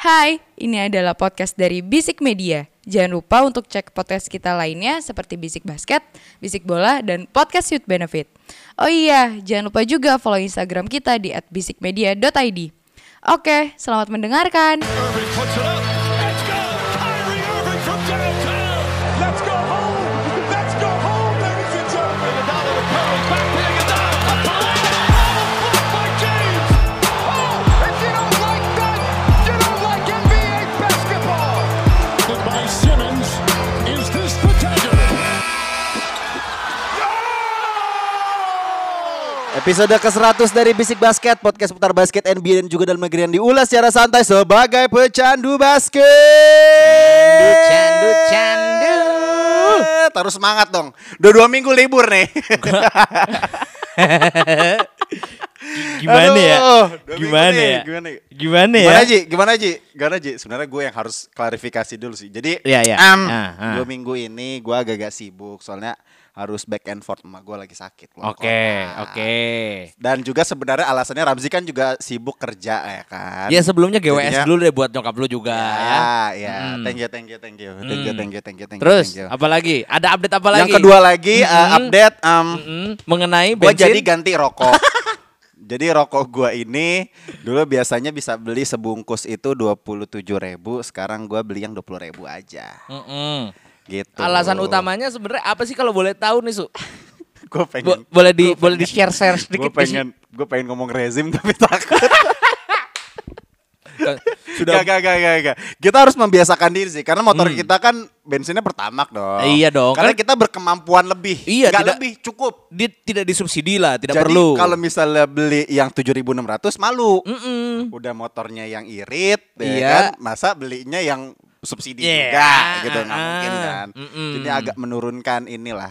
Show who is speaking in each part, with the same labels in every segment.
Speaker 1: Hai, ini adalah podcast dari Bisik Media. Jangan lupa untuk cek podcast kita lainnya seperti Bisik Basket, Bisik Bola, dan Podcast Youth Benefit. Oh iya, jangan lupa juga follow Instagram kita di @bisikmedia.id. Oke, selamat mendengarkan.
Speaker 2: Episode ke-100 dari Bisik Basket, podcast putar basket NBA dan juga dalam negeri yang diulas secara santai sebagai pecandu basket.
Speaker 3: Candu.
Speaker 2: Terus semangat dong. Udah 2 minggu libur nih.
Speaker 3: Gimana ya?
Speaker 2: Gimana Ji? Sebenarnya gue yang harus klarifikasi dulu sih. Jadi, 2 minggu ini gue agak-agak sibuk soalnya harus back and forth sama gue lagi sakit.
Speaker 3: Oke.
Speaker 2: Dan juga sebenarnya alasannya Ramzi kan juga sibuk kerja ya kan.
Speaker 3: Ya sebelumnya GWS dulu deh buat nyokap lu juga ya.
Speaker 2: Thank you.
Speaker 3: Terus apa lagi? Ada update apa lagi?
Speaker 2: Yang kedua lagi update
Speaker 3: mengenai
Speaker 2: gue
Speaker 3: bensin.
Speaker 2: jadi ganti rokok. Jadi rokok gue ini dulu biasanya bisa beli sebungkus itu 27.000, sekarang gue beli yang 20.000 aja. Gitu.
Speaker 3: Alasan utamanya sebenarnya apa sih kalau boleh tahu nih, Su?
Speaker 2: Gue pengen
Speaker 3: boleh di share sedikit.
Speaker 2: Gue pengen ngomong rezim tapi takut.
Speaker 3: Sudah
Speaker 2: Gak. Kita harus membiasakan diri sih, karena motor kita kan bensinnya Pertamax dong.
Speaker 3: Iya dong.
Speaker 2: Karena kita berkemampuan lebih.
Speaker 3: Iya,
Speaker 2: lebih cukup.
Speaker 3: Tidak disubsidi lah, tidak
Speaker 2: Jadi,
Speaker 3: perlu.
Speaker 2: Jadi kalau misalnya beli yang 7.600 malu. Udah motornya yang irit, ya kan? Masa belinya yang subsidi juga gitu, nggak mungkin kan. Jadi agak menurunkan inilah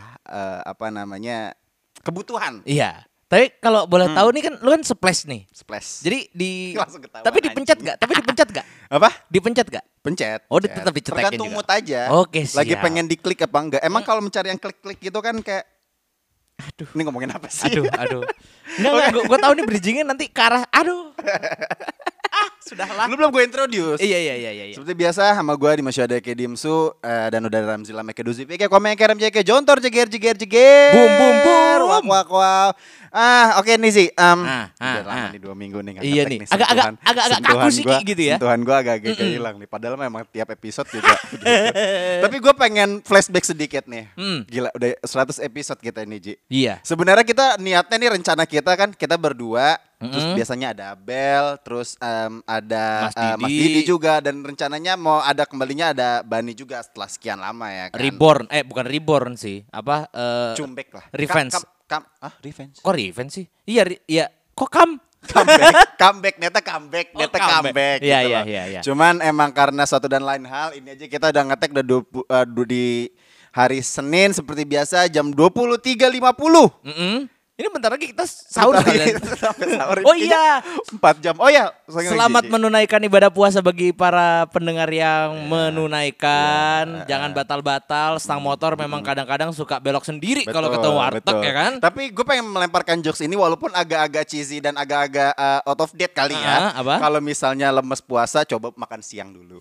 Speaker 2: kebutuhan.
Speaker 3: Iya. Tapi kalau boleh tahu nih kan lu kan splash nih.
Speaker 2: Splash.
Speaker 3: Jadi
Speaker 2: Tapi
Speaker 3: dipencet gak?
Speaker 2: Apa?
Speaker 3: Dipencet gak?
Speaker 2: Pencet.
Speaker 3: Oh, tetap dicetekin
Speaker 2: tergantung
Speaker 3: juga.
Speaker 2: mood aja.
Speaker 3: Oke, siap.
Speaker 2: Lagi pengen diklik apa enggak? Emang kalau mencari yang klik-klik gitu kan kayak ini ngomongin apa sih?
Speaker 3: Aduh. Enggak, gue tahu nih bridgingnya nanti ke arah sudahlah.
Speaker 2: Lu belum gue introduce.
Speaker 3: Iya.
Speaker 2: Seperti biasa sama gue di Masyada Eke Dimsu dan udah Ramzi Lameke Duzi Pike Komen Kerem Jeke Jontor Jeger.
Speaker 3: Boom.
Speaker 2: Wak. Oke nih sih. Udah lama nih 2 minggu nih.
Speaker 3: Iya nih. Agak kaku sih gitu ya.
Speaker 2: Sentuhan gue agak hilang nih. Padahal memang tiap episode juga gitu. Tapi gue pengen flashback sedikit nih. Gila udah 100 episode kita ini Ji.
Speaker 3: Iya.
Speaker 2: Sebenarnya kita niatnya nih, rencana kita kan kita berdua. Terus biasanya ada Abel, terus ada Mas Didi juga, dan rencananya mau ada kembalinya ada Bani juga setelah sekian lama ya kan.
Speaker 3: Bukan reborn sih.
Speaker 2: Comeback lah.
Speaker 3: Revenge.
Speaker 2: Revenge.
Speaker 3: Kok revenge sih? Iya. Kok
Speaker 2: Comeback. Comeback.
Speaker 3: Iya.
Speaker 2: Cuman emang karena satu dan lain hal, ini aja kita udah ngetek di hari Senin seperti biasa jam 23.50.
Speaker 3: Ini bentar lagi kita sahur kalian.
Speaker 2: Sahur.
Speaker 3: Oh iya,
Speaker 2: 4 jam. Oh ya,
Speaker 3: selamat menunaikan ibadah puasa bagi para pendengar yang menunaikan. Jangan batal-batal. Stang motor memang kadang-kadang suka belok sendiri kalau ketemu warteg ya kan.
Speaker 2: Tapi gue pengen melemparkan jokes ini walaupun agak-agak cheesy dan agak-agak out of date kali ya. Kalau misalnya lemes puasa, coba makan siang dulu.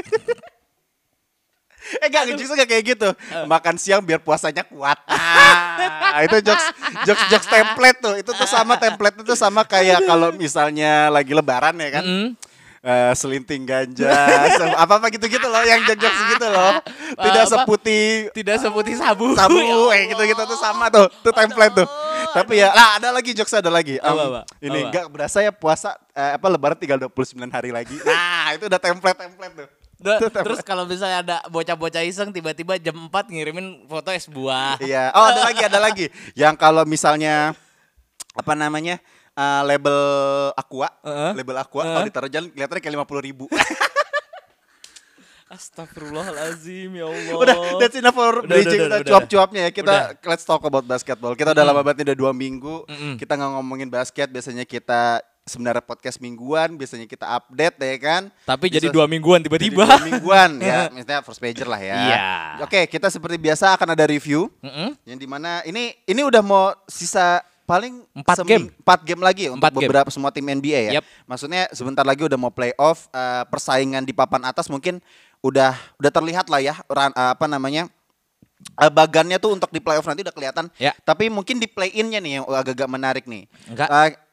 Speaker 2: Jokes gak kayak gitu. Makan siang biar puasanya kuat. Itu jokes template tuh. Itu tuh sama template itu sama kayak kalau misalnya lagi lebaran ya kan. Selinting ganja, apa gitu-gitu loh, yang jokes gitu loh. Tidak seputih sabu. Gitu-gitu tuh sama tuh template tuh. Tapi ya, ada lagi jokes ada lagi. Ini enggak berasa ya puasa lebaran tinggal 29 hari lagi. Nah, itu udah template tuh.
Speaker 3: Terus kalau misalnya ada bocah-bocah iseng tiba-tiba jam 4 ngirimin foto es buah.
Speaker 2: Iya. Oh, ada lagi. Yang kalau misalnya label Aqua, kalau ditaruh jalan kelihatannya kayak 50.000.
Speaker 3: Astagfirullahalazim, ya Allah.
Speaker 2: Udah, that's enough for bridging. Udah cuap-cuapnya ya. Let's talk about basketball. Kita udah lama banget nih, udah 2 minggu. Kita nggak ngomongin basket. Biasanya kita sebenarnya podcast mingguan, biasanya kita update ya kan.
Speaker 3: Tapi jadi 2 mingguan tiba-tiba.
Speaker 2: Jadi 2 mingguan ya, misalnya first pager lah ya.
Speaker 3: Iya.
Speaker 2: Oke, kita seperti biasa akan ada review. Yang dimana ini udah mau sisa paling
Speaker 3: 4 game.
Speaker 2: 4 game lagi ya untuk
Speaker 3: 4 game.
Speaker 2: beberapa semua tim NBA ya.
Speaker 3: Yep.
Speaker 2: Maksudnya sebentar lagi udah mau playoff, persaingan di papan atas mungkin udah terlihat lah ya bagannya tuh untuk di playoff nanti udah kelihatan.
Speaker 3: Ya.
Speaker 2: Tapi mungkin di play-in-nya nih yang agak-agak menarik nih.
Speaker 3: Enggak.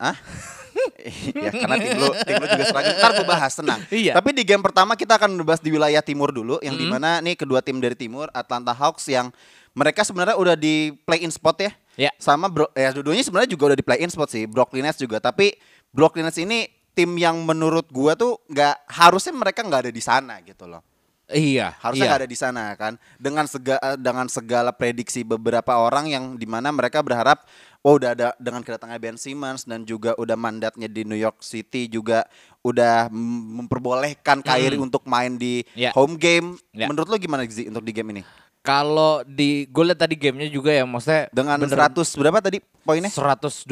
Speaker 2: Ya karena tim lu juga seragam. Ntar gue bahas, tenang.
Speaker 3: Iya.
Speaker 2: Tapi di game pertama kita akan bahas di wilayah timur dulu, yang dimana nih kedua tim dari timur, Atlanta Hawks yang mereka sebenarnya udah di play-in spot ya.
Speaker 3: Ya.
Speaker 2: Sama dua-duanya sebenarnya juga udah di play-in spot sih, Brooklyn Nets juga. Tapi Brooklyn Nets ini tim yang menurut gua tuh harusnya mereka nggak ada di sana gitu loh.
Speaker 3: Iya.
Speaker 2: Harusnya nggak ada di sana kan. Dengan segala prediksi beberapa orang yang dimana mereka berharap, udah ada dengan kedatangan Ben Simmons dan juga udah mandatnya di New York City juga udah memperbolehkan Kyrie untuk main di home game. Menurut lo gimana sih untuk di game ini?
Speaker 3: Kalau gue lihat tadi gamenya juga ya, maksudnya
Speaker 2: dengan 100 berapa tadi poinnya?
Speaker 3: 122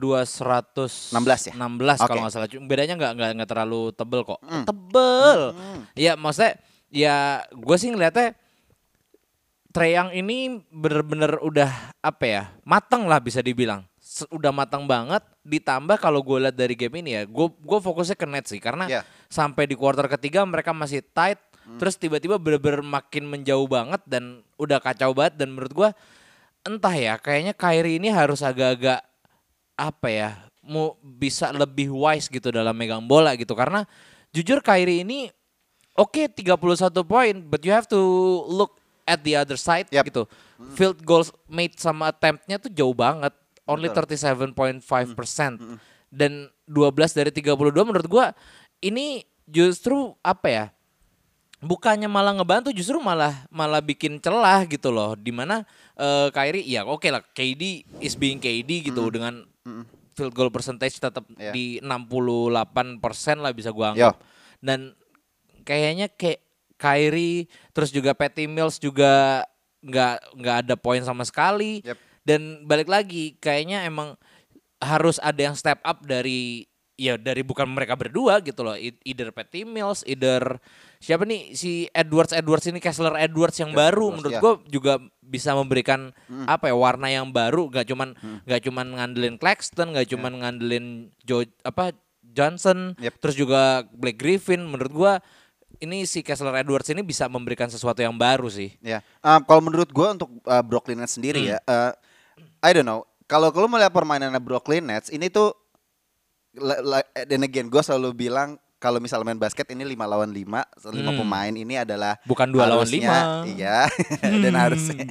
Speaker 3: 116
Speaker 2: ya?
Speaker 3: 16 kalau nggak salah. Bedanya nggak terlalu tebel kok. Tebel. Ya maksudnya ya gue sih ngeliatnya Trae Young ini bener-bener udah matang lah bisa dibilang. Udah matang banget. Ditambah kalau gue lihat dari game ini ya, gue fokusnya ke Nets sih karena sampai di kuarter ketiga mereka masih tight. Terus tiba-tiba bener-bener makin menjauh banget dan udah kacau banget. Dan menurut gue entah ya, kayaknya Kyrie ini harus agak-agak mau bisa lebih wise gitu dalam megang bola gitu. Karena jujur Kyrie ini 31 poin, but you have to look at the other side gitu. Field goals made sama attempt-nya tuh jauh banget. Only 37.5%. Dan 12 dari 32 menurut gua ini justru bukannya malah ngebantu, justru malah bikin celah gitu loh. Dimana Kyrie ya oke lah, KD is being KD gitu dengan field goal percentage tetap di 68% lah bisa gua anggap. Dan kayaknya Kyrie terus juga Patty Mills juga nggak ada poin sama sekali. Dan balik lagi kayaknya emang harus ada yang step up dari bukan mereka berdua gitu loh. Either Patty Mills, either siapa nih si Edwards ini, Kessler Edwards yang baru menurut gue juga bisa memberikan warna yang baru. Gak cuman ngandelin Claxton, gak cuman ngandelin Johnson, terus juga Blake Griffin. Menurut gue ini si Kessler Edwards ini bisa memberikan sesuatu yang baru sih.
Speaker 2: Ya, kalau menurut gue untuk Brooklyn Nets sendiri ya, I don't know. Kalau melihat permainan Brooklyn Nets ini tuh, dan again gue selalu bilang kalau misalnya main basket ini 5 lawan 5 pemain ini adalah
Speaker 3: bukan 2 lawan 5.
Speaker 2: Iya, dan harusnya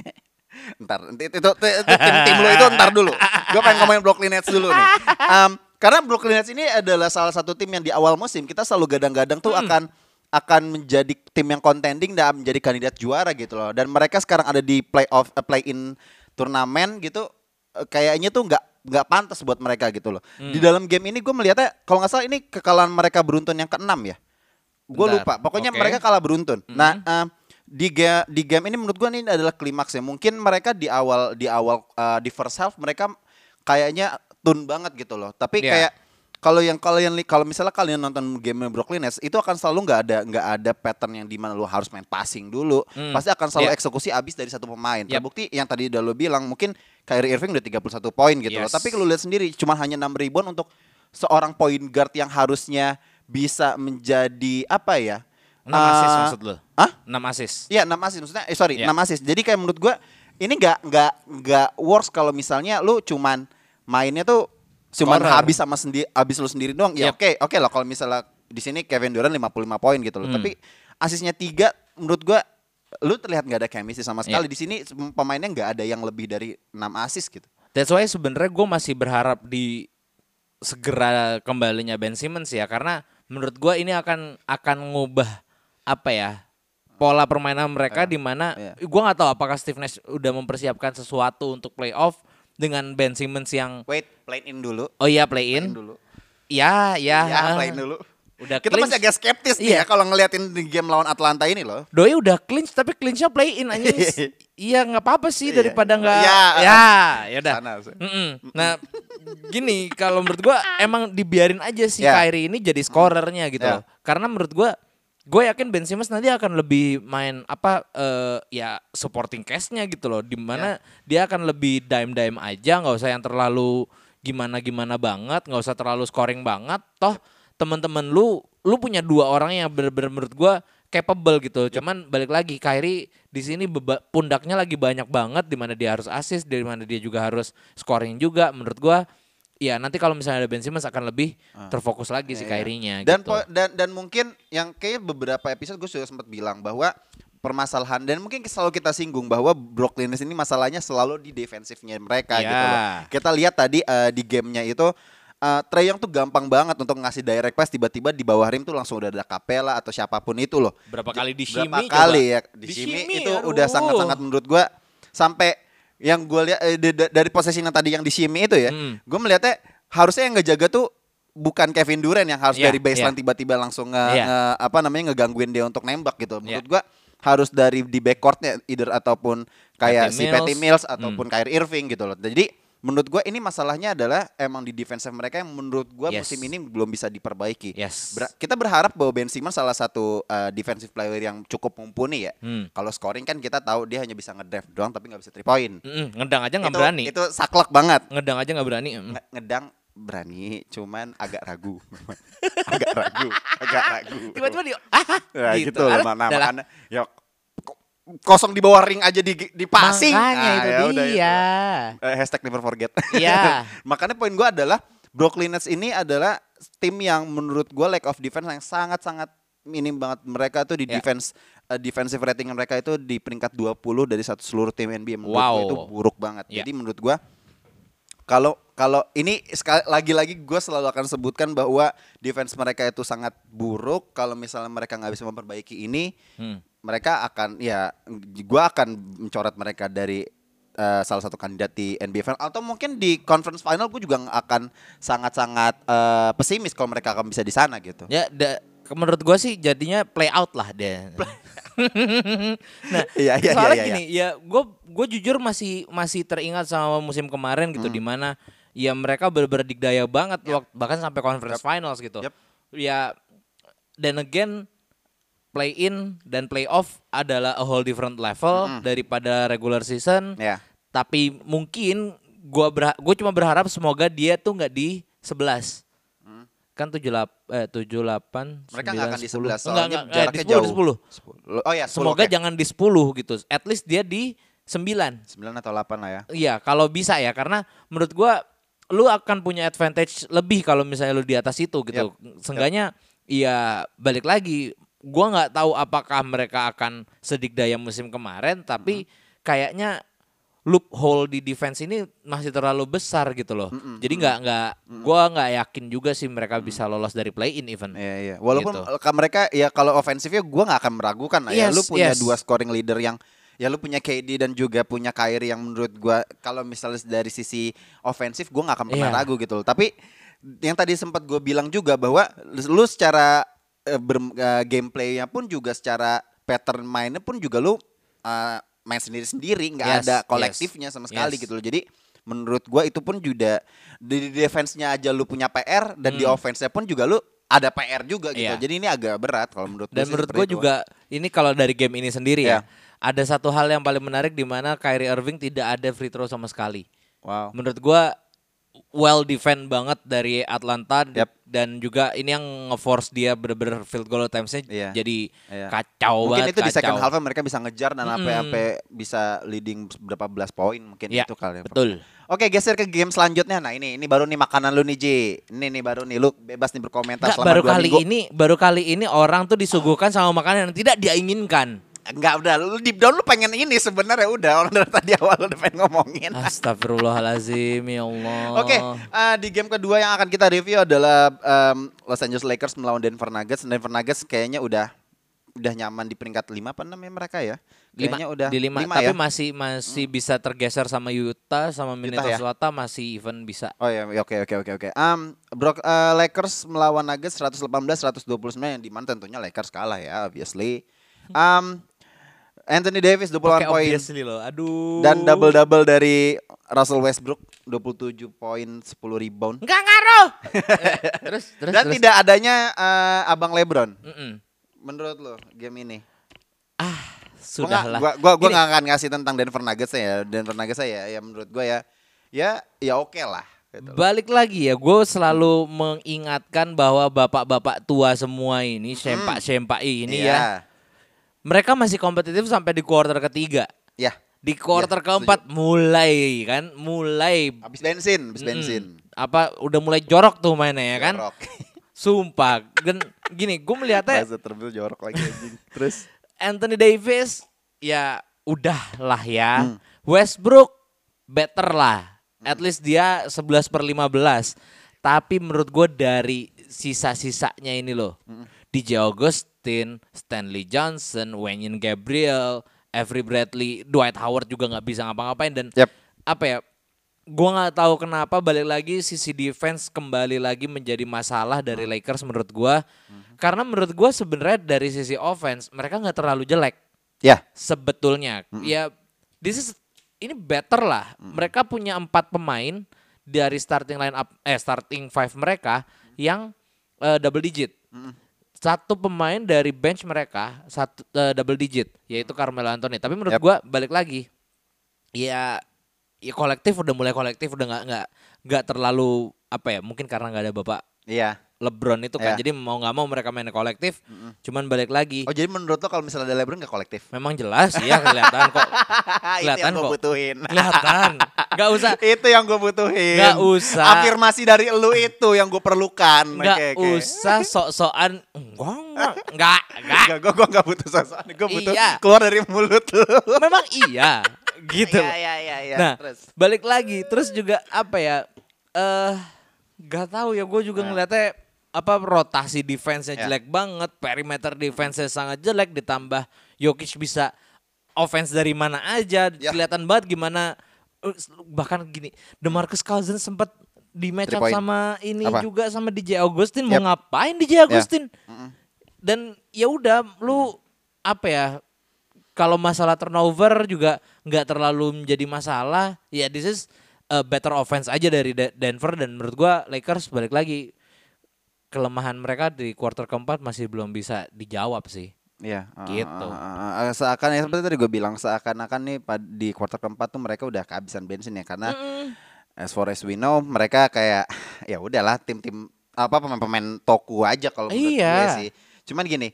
Speaker 2: itu tim lo itu ntar dulu. Gue pengen ngomongin Brooklyn Nets dulu nih. Karena Brooklyn Nets ini adalah salah satu tim yang di awal musim kita selalu gadang-gadang tuh akan menjadi tim yang contending dan menjadi kandidat juara gitu loh. Dan mereka sekarang ada di play-in turnamen gitu, kayaknya tuh nggak pantas buat mereka gitu loh. Di dalam game ini gue melihatnya kalau nggak salah ini kekalahan mereka beruntun yang ke-6 ya. Gue lupa. Pokoknya mereka kalah beruntun. Nah, di game ini menurut gue ini adalah klimaksnya. Mungkin mereka di awal di first half mereka kayaknya tune banget gitu loh. Tapi kayak kalau misalnya kalian nonton game Brooklyn Nets itu akan selalu nggak ada pattern yang dimana lu harus main passing dulu. Pasti akan selalu eksekusi abis dari satu pemain. Terbukti yang tadi udah lu bilang mungkin Kyrie Irving udah 31 poin gitu loh. Tapi kalau lu lihat sendiri cuma hanya 6 rebound untuk seorang point guard yang harusnya bisa menjadi
Speaker 3: 6 assist maksud lu? 6 assist.
Speaker 2: Iya 6 assist maksudnya 6 assist. Jadi kayak menurut gua ini nggak works kalau misalnya lu cuman mainnya tuh cuman habis lu sendiri doang. Ya oke lah kalau misalnya di sini Kevin Durant 55 poin gitu loh. Tapi asisnya 3 menurut gua lu terlihat nggak ada chemistry sama sekali. Di sini pemainnya nggak ada yang lebih dari 6 asis gitu.
Speaker 3: That's why sebenarnya gue masih berharap di segera kembalinya Ben Simmons ya, karena menurut gue ini akan ngubah pola permainan mereka di mana gue nggak tahu apakah Steve Nash udah mempersiapkan sesuatu untuk playoff dengan Ben Simmons yang
Speaker 2: play in dulu.
Speaker 3: Oh iya play in
Speaker 2: dulu.
Speaker 3: Ya
Speaker 2: play in dulu.
Speaker 3: Udah
Speaker 2: kita masih agak skeptis nih ya kalau ngeliatin di game lawan Atlanta ini loh.
Speaker 3: Doi udah clinch tapi clinchnya play in aja. Iya nggak apa-apa sih daripada nggak. Ya udah. Nah gini kalau menurut gua emang dibiarin aja si Kyrie ini jadi scorernya gitu loh. Karena menurut gua gue yakin Ben Simmons nanti akan lebih main ya supporting cast-nya gitu loh, dimana dia akan lebih dime aja, nggak usah yang terlalu gimana banget, nggak usah terlalu scoring banget. Toh teman-teman lu punya dua orang yang bener-bener menurut gue capable gitu. Cuman balik lagi Kyrie di sini pundaknya lagi banyak banget, di mana dia harus assist, di mana dia juga harus scoring juga. Menurut gue ya nanti kalau misalnya ada Ben Simmons akan lebih terfokus lagi si Kyrie-nya
Speaker 2: Dan
Speaker 3: gitu.
Speaker 2: dan mungkin yang kayak beberapa episode gue sudah sempat bilang bahwa permasalahan, dan mungkin selalu kita singgung bahwa Brooklyn Nets ini masalahnya selalu di defensifnya mereka gitu loh. Kita lihat tadi di gamenya itu Trae Young tuh gampang banget untuk ngasih direct pass, tiba-tiba di bawah rim tuh langsung udah ada Capella atau siapapun itu loh.
Speaker 3: Berapa kali di shimmy
Speaker 2: Berapa kali ya di shimmy itu udah sangat-sangat menurut gue, sampai yang gue lihat dari posisi yang tadi yang di shimmy itu ya, gue melihatnya harusnya yang ngejaga tuh bukan Kevin Durant yang harus dari baseline tiba-tiba langsung ngegangguin dia untuk nembak gitu. Menurut gue harus dari di backcourtnya either ataupun kayak si Patty Mills ataupun Kyrie Irving gitu loh. Jadi menurut gue ini masalahnya adalah emang di defensive mereka yang menurut gue musim ini belum bisa diperbaiki. Kita berharap bahwa Ben Simmons salah satu defensive player yang cukup mumpuni ya. Kalau scoring kan kita tahu dia hanya bisa ngedrive doang tapi nggak bisa 3 point.
Speaker 3: Ngedang aja nggak berani.
Speaker 2: Itu saklek banget.
Speaker 3: Ngedang aja nggak berani.
Speaker 2: Ngedang berani, cuman agak ragu. agak ragu.
Speaker 3: Tiba-tiba dia
Speaker 2: nah, gitu loh. Makanya ya kosong di bawah ring aja di passing.
Speaker 3: Makanya itu dia.
Speaker 2: Hashtag never forget.
Speaker 3: Iya.
Speaker 2: Makanya poin gue adalah Brooklyn Nets ini adalah tim yang menurut gue lack of defense yang sangat-sangat minim banget. Mereka tuh di defensive rating mereka itu di peringkat 20 dari seluruh tim NBA. Menurut gue itu buruk banget. Jadi menurut gue kalau ini lagi-lagi gue selalu akan sebutkan bahwa defense mereka itu sangat buruk. Kalau misalnya mereka nggak bisa memperbaiki ini, mereka akan gue akan mencoret mereka dari salah satu kandidat di NBA Final, atau mungkin di Conference Final gue juga akan sangat-sangat pesimis kalau mereka akan bisa di sana gitu.
Speaker 3: Ya, menurut gue sih jadinya play out lah deh. Nah, soalnya gini, ya gue jujur masih teringat sama musim kemarin gitu, di mana ya mereka bener-bener dikdaya banget bahkan sampai Conference Finals gitu. Ya, then again play in dan play off adalah a whole different level daripada regular season. Tapi mungkin gue cuma berharap semoga dia tuh nggak di 11. Kan 78
Speaker 2: mereka
Speaker 3: 9,
Speaker 2: nggak akan
Speaker 3: 10.
Speaker 2: di 11
Speaker 3: soalnya
Speaker 2: jaraknya
Speaker 3: di 10,
Speaker 2: jauh.
Speaker 3: Di 10.
Speaker 2: Oh ya, 10,
Speaker 3: semoga jangan di 10 gitu. At least dia di 9
Speaker 2: atau 8 lah ya.
Speaker 3: Iya, kalau bisa ya, karena menurut gua lu akan punya advantage lebih kalau misalnya lu di atas itu gitu. Seenggaknya ya balik lagi, gua nggak tahu apakah mereka akan sedikdaya musim kemarin, tapi kayaknya loophole di defense ini masih terlalu besar gitu loh. Jadi gua nggak yakin juga sih mereka bisa lolos dari play-in even.
Speaker 2: Iya. Walaupun mereka ya kalau ofensifnya gua nggak akan meragukan lah ya. Lu punya dua scoring leader yang ya lu punya KD dan juga punya Kyrie yang menurut gua kalau misalnya dari sisi ofensif gua nggak akan pernah ragu gitu loh. Tapi yang tadi sempat gua bilang juga bahwa lu secara gameplaynya pun juga secara pattern mainnya pun juga lu main sendiri-sendiri, nggak ada kolektifnya sama sekali gitu loh. Jadi menurut gua itu pun juga di defense-nya aja lu punya PR, dan di offense-nya pun juga lu ada PR juga gitu. Jadi ini agak berat kalau menurut gua.
Speaker 3: Dan menurut gua juga ini kalau dari game ini sendiri ya, ada satu hal yang paling menarik di mana Kyrie Irving tidak ada free throw sama sekali.
Speaker 2: Wow.
Speaker 3: Menurut gua well defend banget dari Atlanta, dan juga ini yang nge-force dia bener-bener field goal attempts-nya jadi kacau
Speaker 2: mungkin
Speaker 3: banget.
Speaker 2: Mungkin itu di second half mereka bisa ngejar dan sampai bisa leading berapa belas poin mungkin itu kali.
Speaker 3: Betul.
Speaker 2: Oke, geser ke game selanjutnya. Nah, ini baru nih makanan lu nih, Ji. Ini baru nih, lu bebas nih berkomentar selama 2 minggu.
Speaker 3: Baru kali ini orang tuh disuguhkan sama makanan yang tidak diinginkan.
Speaker 2: Enggak, udah lu deep down lu pengen ini sebenarnya udah orang dari tadi awal lu udah pengen ngomongin.
Speaker 3: Astagfirullahalazim, ya Allah.
Speaker 2: Oke, di game kedua yang akan kita review adalah Los Angeles Lakers melawan Denver Nuggets. Denver Nuggets kayaknya udah nyaman di peringkat 5 apa 6 ya mereka ya. Kayaknya udah
Speaker 3: di 5 tapi ya? masih bisa tergeser sama Utah sama Minnesota masih even bisa.
Speaker 2: Oh ya, oke. Lakers melawan Nuggets 118-129 yang di mana tentunya Lakers kalah ya, obviously. Anthony Davis 28 poin.
Speaker 3: Loh. Aduh.
Speaker 2: Dan double-double dari Russell Westbrook 27 poin 10 rebound.
Speaker 3: Enggak ngaruh. Terus.
Speaker 2: Dan tidak adanya Abang LeBron. menurut lo game ini?
Speaker 3: Sudahlah.
Speaker 2: Gua
Speaker 3: Gini,
Speaker 2: nggak akan ngasih tentang Denver Nuggets ya. Denver Nuggets ya menurut gua ya oke lah. Gitu.
Speaker 3: balik lagi ya, gue selalu mengingatkan bahwa bapak-bapak tua semua ini, sempak-sempak ini
Speaker 2: Iya.
Speaker 3: ya, mereka masih kompetitif sampai di kuarter ketiga.
Speaker 2: Ya.
Speaker 3: Di kuarter
Speaker 2: Iya,
Speaker 3: keempat mulai
Speaker 2: Habis bensin.
Speaker 3: apa udah mulai jorok tuh mainnya ya kan?
Speaker 2: Jorok.
Speaker 3: Sumpah, gini gue melihatnya
Speaker 2: Bahasa terbil jorok lagi anjing. Terus
Speaker 3: Anthony Davis ya udah lah ya. Westbrook better lah. At least dia 11/15. Tapi menurut gue dari sisa-sisanya ini loh. DJ Augustin, Stanley Johnson, Wenyen Gabriel, Avery Bradley, Dwight Howard juga nggak bisa ngapa-ngapain. Dan
Speaker 2: Yep.
Speaker 3: apa ya, gue nggak tahu kenapa balik lagi sisi defense kembali lagi menjadi masalah dari Lakers menurut gue. Karena menurut gue sebenarnya dari sisi offense mereka nggak terlalu jelek
Speaker 2: ya.
Speaker 3: sebetulnya. Ya ini better lah. Mereka punya 4 pemain dari starting five mereka yang double digit. Satu pemain dari bench mereka double digit, yaitu Carmelo Anthony. Tapi menurut gua balik lagi, ya kolektif udah mulai kolektif, udah nggak terlalu apa ya, mungkin karena nggak ada bapak
Speaker 2: Iya.
Speaker 3: LeBron itu kan,
Speaker 2: Iya.
Speaker 3: jadi mau nggak mau mereka main kolektif. Cuman balik lagi,
Speaker 2: Oh jadi menurut lo kalau misalnya ada LeBron gak kolektif?
Speaker 3: memang jelas ya kelihatan kok.
Speaker 2: Itu
Speaker 3: Kelihatan
Speaker 2: yang gue
Speaker 3: kok.
Speaker 2: butuhin.
Speaker 3: Kelihatan, nggak usah.
Speaker 2: Itu yang gue butuhin.
Speaker 3: Nggak usah.
Speaker 2: Afirmasi dari lu itu yang gue perlukan.
Speaker 3: Nggak
Speaker 2: Oke.
Speaker 3: usah sok-sokan. Enggak.
Speaker 2: Gue gak butuh sosok. Gue butuh
Speaker 3: Iya.
Speaker 2: keluar dari mulut lu.
Speaker 3: Memang iya, gitu.
Speaker 2: Iya.
Speaker 3: Nah,
Speaker 2: Terus.
Speaker 3: balik lagi, terus juga apa ya? Nggak tahu ya, gue juga ngeliatnya apa rotasi defense-nya jelek banget, perimeter defense-nya sangat jelek, ditambah Jokic bisa offense dari mana aja, kelihatan banget gimana. Bahkan gini, DeMarcus Cousins sempat di match up
Speaker 2: 3 point.
Speaker 3: sama ini
Speaker 2: Apa?
Speaker 3: juga sama DJ Augustin. Mau ngapain DJ Augustin? Dan ya udah, lu apa ya, kalau masalah turnover juga nggak terlalu menjadi masalah. Ya this is a better offense aja dari Denver. Dan menurut gua Lakers balik lagi, kelemahan mereka di kuarter keempat masih belum bisa dijawab sih.
Speaker 2: Iya,
Speaker 3: Gitu.
Speaker 2: Seakan ya seperti tadi gue bilang, seakan-akan nih di kuarter keempat tuh mereka udah kehabisan bensin ya, karena as far as we know mereka kayak ya udahlah tim-tim apa pemain-pemain toku aja kalau menurut gue sih. Cuman gini,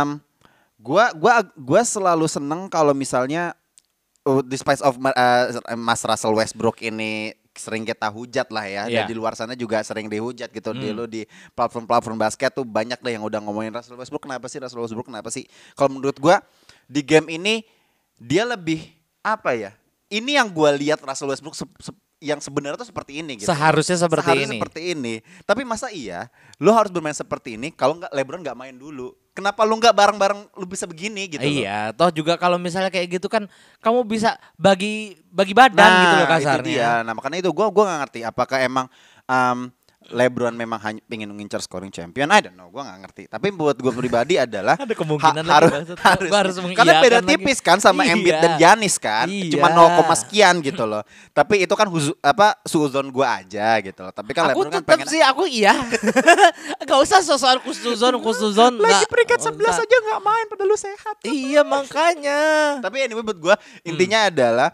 Speaker 2: gua selalu seneng kalau misalnya despite of Mas Russell Westbrook ini sering kita hujat lah ya, dan di luar sana juga sering dihujat gitu. Di platform basket tuh banyak deh yang udah ngomongin Russell Westbrook kenapa sih. Kalau menurut gua di game ini dia lebih apa ya? Ini yang gua lihat Russell Westbrook yang sebenarnya tuh seperti ini gitu.
Speaker 3: Seharusnya seperti
Speaker 2: ini. Tapi masa iya lo harus bermain seperti ini kalau nggak LeBron nggak main dulu? Kenapa lu nggak bareng-bareng lu bisa begini gitu
Speaker 3: Iya, toh juga kalau misalnya kayak gitu kan kamu bisa bagi badan gitu loh kasarnya.
Speaker 2: Itu dia. Nah, makanya itu gua nggak ngerti apakah emang LeBron memang hanya pengen ngincar scoring champion. I don't know, gua nggak ngerti. Tapi buat gua pribadi adalah
Speaker 3: ada kemungkinan
Speaker 2: harus karena beda tipis kan sama Embiid dan Giannis kan. Cuma 0, sekian gitu loh. Tapi itu kan suzon gua aja gitu loh. Tapi kan
Speaker 3: aku
Speaker 2: LeBron kan
Speaker 3: tetap
Speaker 2: pengen
Speaker 3: sih, aku iya. Gak usah sosokan kusuzon.
Speaker 2: lagi peringkat 11 aja nggak main padahal lu sehat.
Speaker 3: Iya makanya.
Speaker 2: Tapi anyway buat gue intinya adalah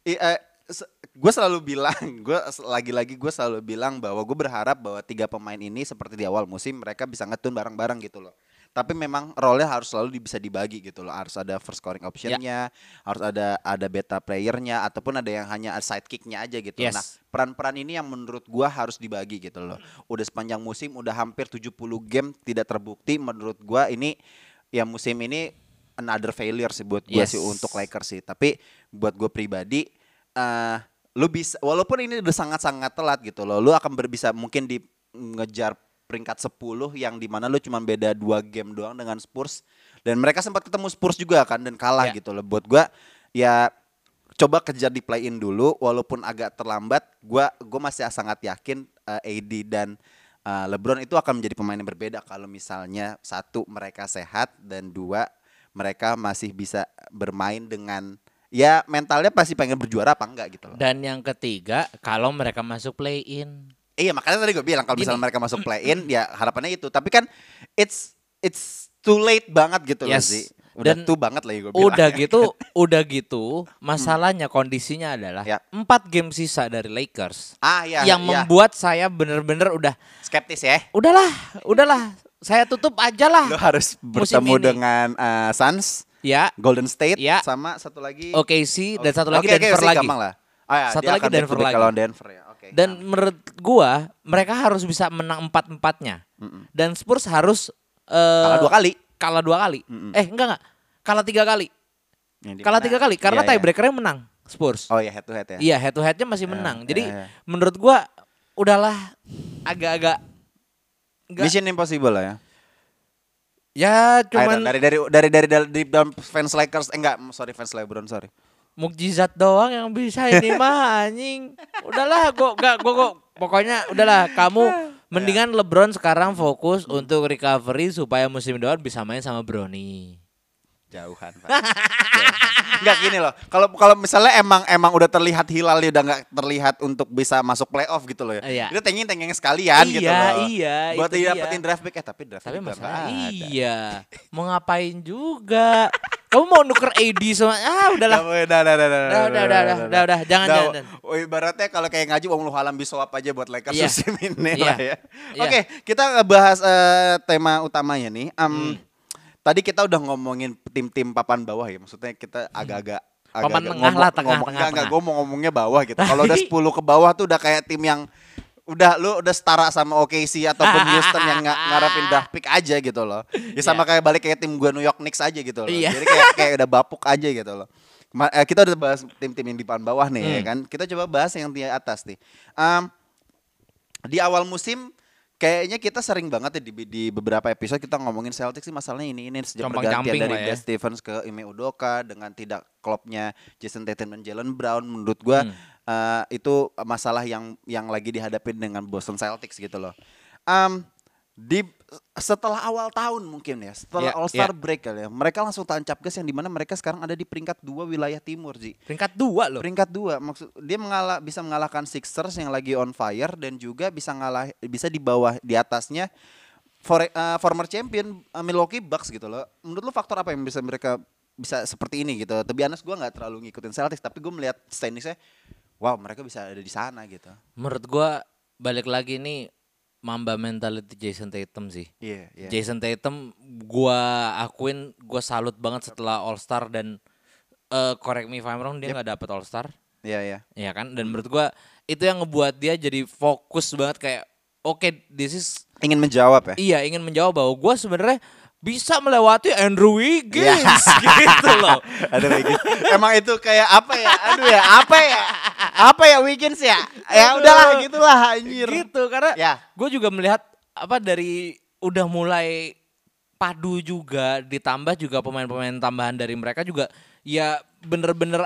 Speaker 2: gue selalu bilang bahwa gue berharap bahwa 3 pemain ini seperti di awal musim mereka bisa ngetun bareng-bareng gitu loh. Tapi memang role-nya harus selalu bisa dibagi gitu loh. Harus ada first scoring option-nya, harus ada beta player-nya, ataupun ada yang hanya sidekick-nya aja gitu.
Speaker 3: Yes.
Speaker 2: Nah, peran-peran ini yang menurut gua harus dibagi gitu loh. Udah sepanjang musim, udah hampir 70 game tidak terbukti. Menurut gua ini ya musim ini another failure sih buat gua sih untuk Lakers sih. Tapi buat gua pribadi lu bisa, walaupun ini udah sangat-sangat telat gitu loh, lu akan bisa mungkin di ngejar peringkat 10 yang dimana lu cuma beda 2 game doang dengan Spurs, dan mereka sempat ketemu Spurs juga kan dan kalah gitu loh. Buat gua ya coba kejar di play in dulu, walaupun agak terlambat. Gua masih sangat yakin AD dan LeBron itu akan menjadi pemain yang berbeda kalau misalnya 1 mereka sehat dan 2 mereka masih bisa bermain dengan ya mentalnya pasti pengen berjuara apa enggak gitu loh.
Speaker 3: Dan yang ketiga, kalau mereka masuk play in.
Speaker 2: Iya, makanya tadi gue bilang kalau misalnya mereka masuk play in ya harapannya itu. Tapi kan it's too late banget gitu loh
Speaker 3: Yes.
Speaker 2: sih. Udah
Speaker 3: Dan
Speaker 2: too banget lah ya gue bilang.
Speaker 3: Udah gitu, masalahnya kondisinya adalah
Speaker 2: Ya.
Speaker 3: 4 game sisa dari Lakers
Speaker 2: Ya,
Speaker 3: yang membuat saya bener-bener udah
Speaker 2: skeptis ya.
Speaker 3: udahlah, saya tutup aja lah.
Speaker 2: Lo harus
Speaker 3: musim
Speaker 2: bertemu
Speaker 3: ini.
Speaker 2: dengan Suns,
Speaker 3: Ya,
Speaker 2: Golden State,
Speaker 3: Ya.
Speaker 2: sama satu lagi
Speaker 3: OKC dan satu lagi
Speaker 2: Oke,
Speaker 3: Denver
Speaker 2: sih,
Speaker 3: lagi.
Speaker 2: gampang lah. Ya,
Speaker 3: Satu
Speaker 2: dia
Speaker 3: lagi
Speaker 2: akan back
Speaker 3: Denver
Speaker 2: to back
Speaker 3: lagi.
Speaker 2: lawan Denver ya. Oke.
Speaker 3: Dan menurut gua mereka harus bisa menang 4-4-nya. Dan Spurs harus
Speaker 2: kalah 2 kali.
Speaker 3: Kalah 2 kali. Enggak. Kalah 3 kali.
Speaker 2: Yang
Speaker 3: Kalah
Speaker 2: dimana-
Speaker 3: 3 kali karena
Speaker 2: Iya, iya.
Speaker 3: tiebreakernya menang Spurs.
Speaker 2: Oh iya, head to head ya.
Speaker 3: Iya, head to headnya masih menang. Jadi
Speaker 2: iya.
Speaker 3: menurut gua udahlah agak-agak enggak.
Speaker 2: Mission impossible lah ya.
Speaker 3: Ya
Speaker 2: Cuman
Speaker 3: cuman
Speaker 2: dari dalam fans Lakers fans LeBron sorry.
Speaker 3: mukjizat doang yang bisa ini mah anjing. Udahlah gua pokoknya udahlah kamu mendingan LeBron sekarang fokus untuk recovery supaya musim depan bisa main sama Bronny.
Speaker 2: Jauhan, Pak. Enggak gini loh. Kalau misalnya emang udah terlihat hilalnya udah enggak terlihat untuk bisa masuk playoff gitu loh ya.
Speaker 3: Iya.
Speaker 2: Itu tengeng sekalian gitu loh.
Speaker 3: Iya,
Speaker 2: Buat
Speaker 3: itu dia.
Speaker 2: dapetin draft pick tapi draft
Speaker 3: Tapi
Speaker 2: pick juga
Speaker 3: masalah
Speaker 2: nggak ada.
Speaker 3: iya, mau ngapain juga? Kamu mau nuker AD sama udahlah. Udah, jangan.
Speaker 2: Oh, ibaratnya kalau kayak ngaji uang lu halam bisawab aja buat Lakers
Speaker 3: Iya.
Speaker 2: musim ini
Speaker 3: Iya.
Speaker 2: lah ya.
Speaker 3: Iya.
Speaker 2: Oke, kita bahas tema utamanya nih. Tadi kita udah ngomongin tim-tim papan bawah ya. Maksudnya kita agak-agak
Speaker 3: Papan tengah lah, tengah.
Speaker 2: Enggak, gue mau ngomongnya bawah gitu. Kalau udah 10 ke bawah tuh udah kayak tim yang lu udah setara sama OKC ataupun Houston yang ngarepin draft pick aja gitu loh. Ya sama kayak balik kayak tim gue New York Knicks aja gitu loh.
Speaker 3: Iya.
Speaker 2: Jadi kayak udah bapuk aja gitu loh. Kita udah bahas tim-tim yang di papan bawah nih ya kan. Kita coba bahas yang di atas nih. Di awal musim kayaknya kita sering banget ya di beberapa episode kita ngomongin Celtics sih masalahnya ini sejak pergantian dari Ben Stevens ke Ime Udoka dengan tidak klopnya Jason Tatum dan Jaylen Brown menurut gua itu masalah yang lagi dihadapin dengan Boston Celtics gitu loh. Setelah awal tahun mungkin ya, setelah All-Star break kali ya, mereka langsung tancap gas yang dimana mereka sekarang ada di peringkat 2 wilayah timur Ji.
Speaker 3: Peringkat 2 loh.
Speaker 2: Peringkat 2 maksud dia bisa mengalahkan Sixers yang lagi on fire dan juga bisa di bawah di atasnya former champion Milwaukee Bucks gitu loh. Menurut lu faktor apa yang bisa mereka bisa seperti ini gitu? To be honest gue nggak terlalu ngikutin Celtics tapi gue melihat standingsnya, wow mereka bisa ada di sana gitu.
Speaker 3: Menurut gua balik lagi nih Mamba mentality Jason Tatum sih.
Speaker 2: Iya.
Speaker 3: Jason Tatum gua akuin gua salut banget setelah All Star dan correct me if I'm wrong dia nggak dapet All Star.
Speaker 2: Iya.
Speaker 3: Iya kan? Dan menurut gua itu yang ngebuat dia jadi fokus banget kayak oke, this is
Speaker 2: ingin menjawab ya.
Speaker 3: Iya, ingin menjawab bahwa gua sebenarnya bisa melewati Andrew Wiggins gitu loh.
Speaker 2: Ada Wiggins. Emang itu kayak apa ya? Aduh ya, apa ya Wiggins ya? Ya udahlah gitulah anjir.
Speaker 3: Gitu karena
Speaker 2: Ya.
Speaker 3: gue juga melihat dari udah mulai padu juga ditambah juga pemain-pemain tambahan dari mereka juga ya bener-bener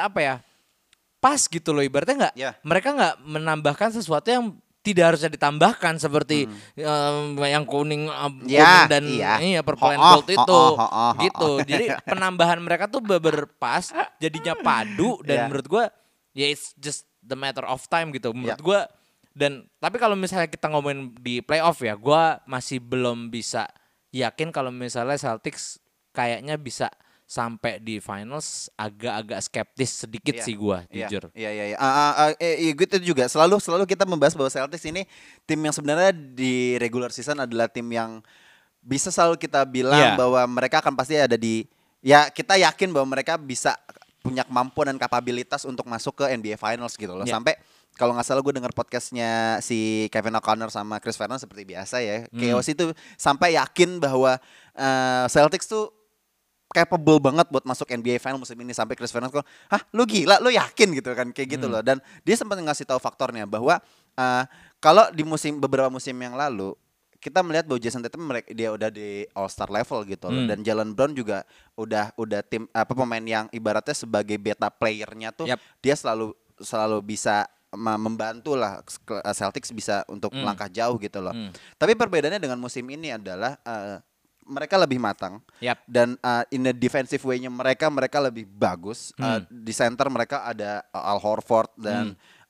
Speaker 3: pas gitu loh ibaratnya nggak
Speaker 2: Ya.
Speaker 3: mereka nggak menambahkan sesuatu yang tidak harusnya ditambahkan seperti yang kuning dan purple and gold itu gitu. Jadi penambahan mereka tuh berpas jadinya padu dan menurut gue ya it's just the matter of time gitu menurut gue. Dan tapi kalau misalnya kita ngomongin di playoff ya, gue masih belum bisa yakin kalau misalnya Celtics kayaknya bisa sampai di finals, agak-agak skeptis sedikit sih gue jujur.
Speaker 2: Iya. Gue itu juga selalu kita membahas bahwa Celtics ini tim yang sebenarnya di regular season adalah tim yang bisa selalu kita bilang bahwa mereka akan pasti ada kita yakin bahwa mereka bisa punya kemampuan dan kapabilitas untuk masuk ke NBA Finals gitu loh. Sampai kalau nggak salah gue dengar podcastnya si Kevin O'Connor sama Chris Vernon seperti biasa ya. Chaos itu sampai yakin bahwa Celtics tuh capable banget buat masuk NBA Final musim ini sampai Chris Vernon kok, lu gila, lu yakin gitu kan kayak gitu loh. Dan dia sempat ngasih tahu faktornya bahwa kalau di beberapa musim yang lalu kita melihat bahwa Jason Tatum dia udah di All Star level gitu loh. Dan Jaylen Brown juga udah tim pemain yang ibaratnya sebagai beta playernya tuh dia selalu bisa membantu lah Celtics bisa untuk melangkah jauh gitu loh. Tapi perbedaannya dengan musim ini adalah mereka lebih matang dan in the defensive way-nya mereka lebih bagus. Di center mereka ada Al Horford dan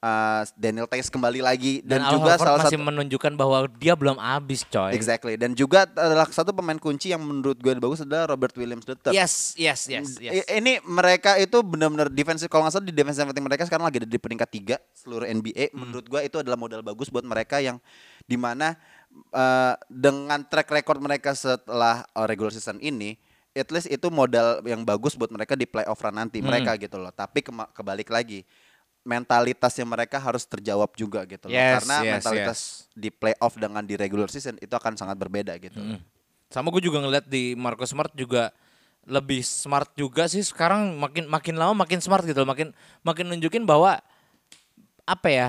Speaker 2: Daniel Tice kembali lagi
Speaker 3: Dan
Speaker 2: dan
Speaker 3: Al
Speaker 2: juga
Speaker 3: Horford
Speaker 2: salah
Speaker 3: masih
Speaker 2: satu
Speaker 3: menunjukkan bahwa dia belum habis, coy.
Speaker 2: exactly, dan juga adalah satu pemain kunci yang menurut gue bagus adalah Robert Williams III.
Speaker 3: Yes.
Speaker 2: Ini mereka itu benar-benar defensive, kalau nggak salah di defensive rating mereka sekarang lagi ada di peringkat 3 seluruh NBA. Menurut gue itu adalah modal bagus buat mereka yang dimana dengan track record mereka setelah regular season ini, at least itu modal yang bagus buat mereka di playoff run nanti mereka gitu loh. Tapi kebalik lagi, mentalitasnya mereka harus terjawab juga gitu loh. Karena mentalitas di playoff dengan di regular season itu akan sangat berbeda gitu.
Speaker 3: Sama gue juga ngeliat di Marcus Smart juga lebih smart juga sih sekarang, makin lama makin smart gitu loh, makin nunjukin bahwa apa ya,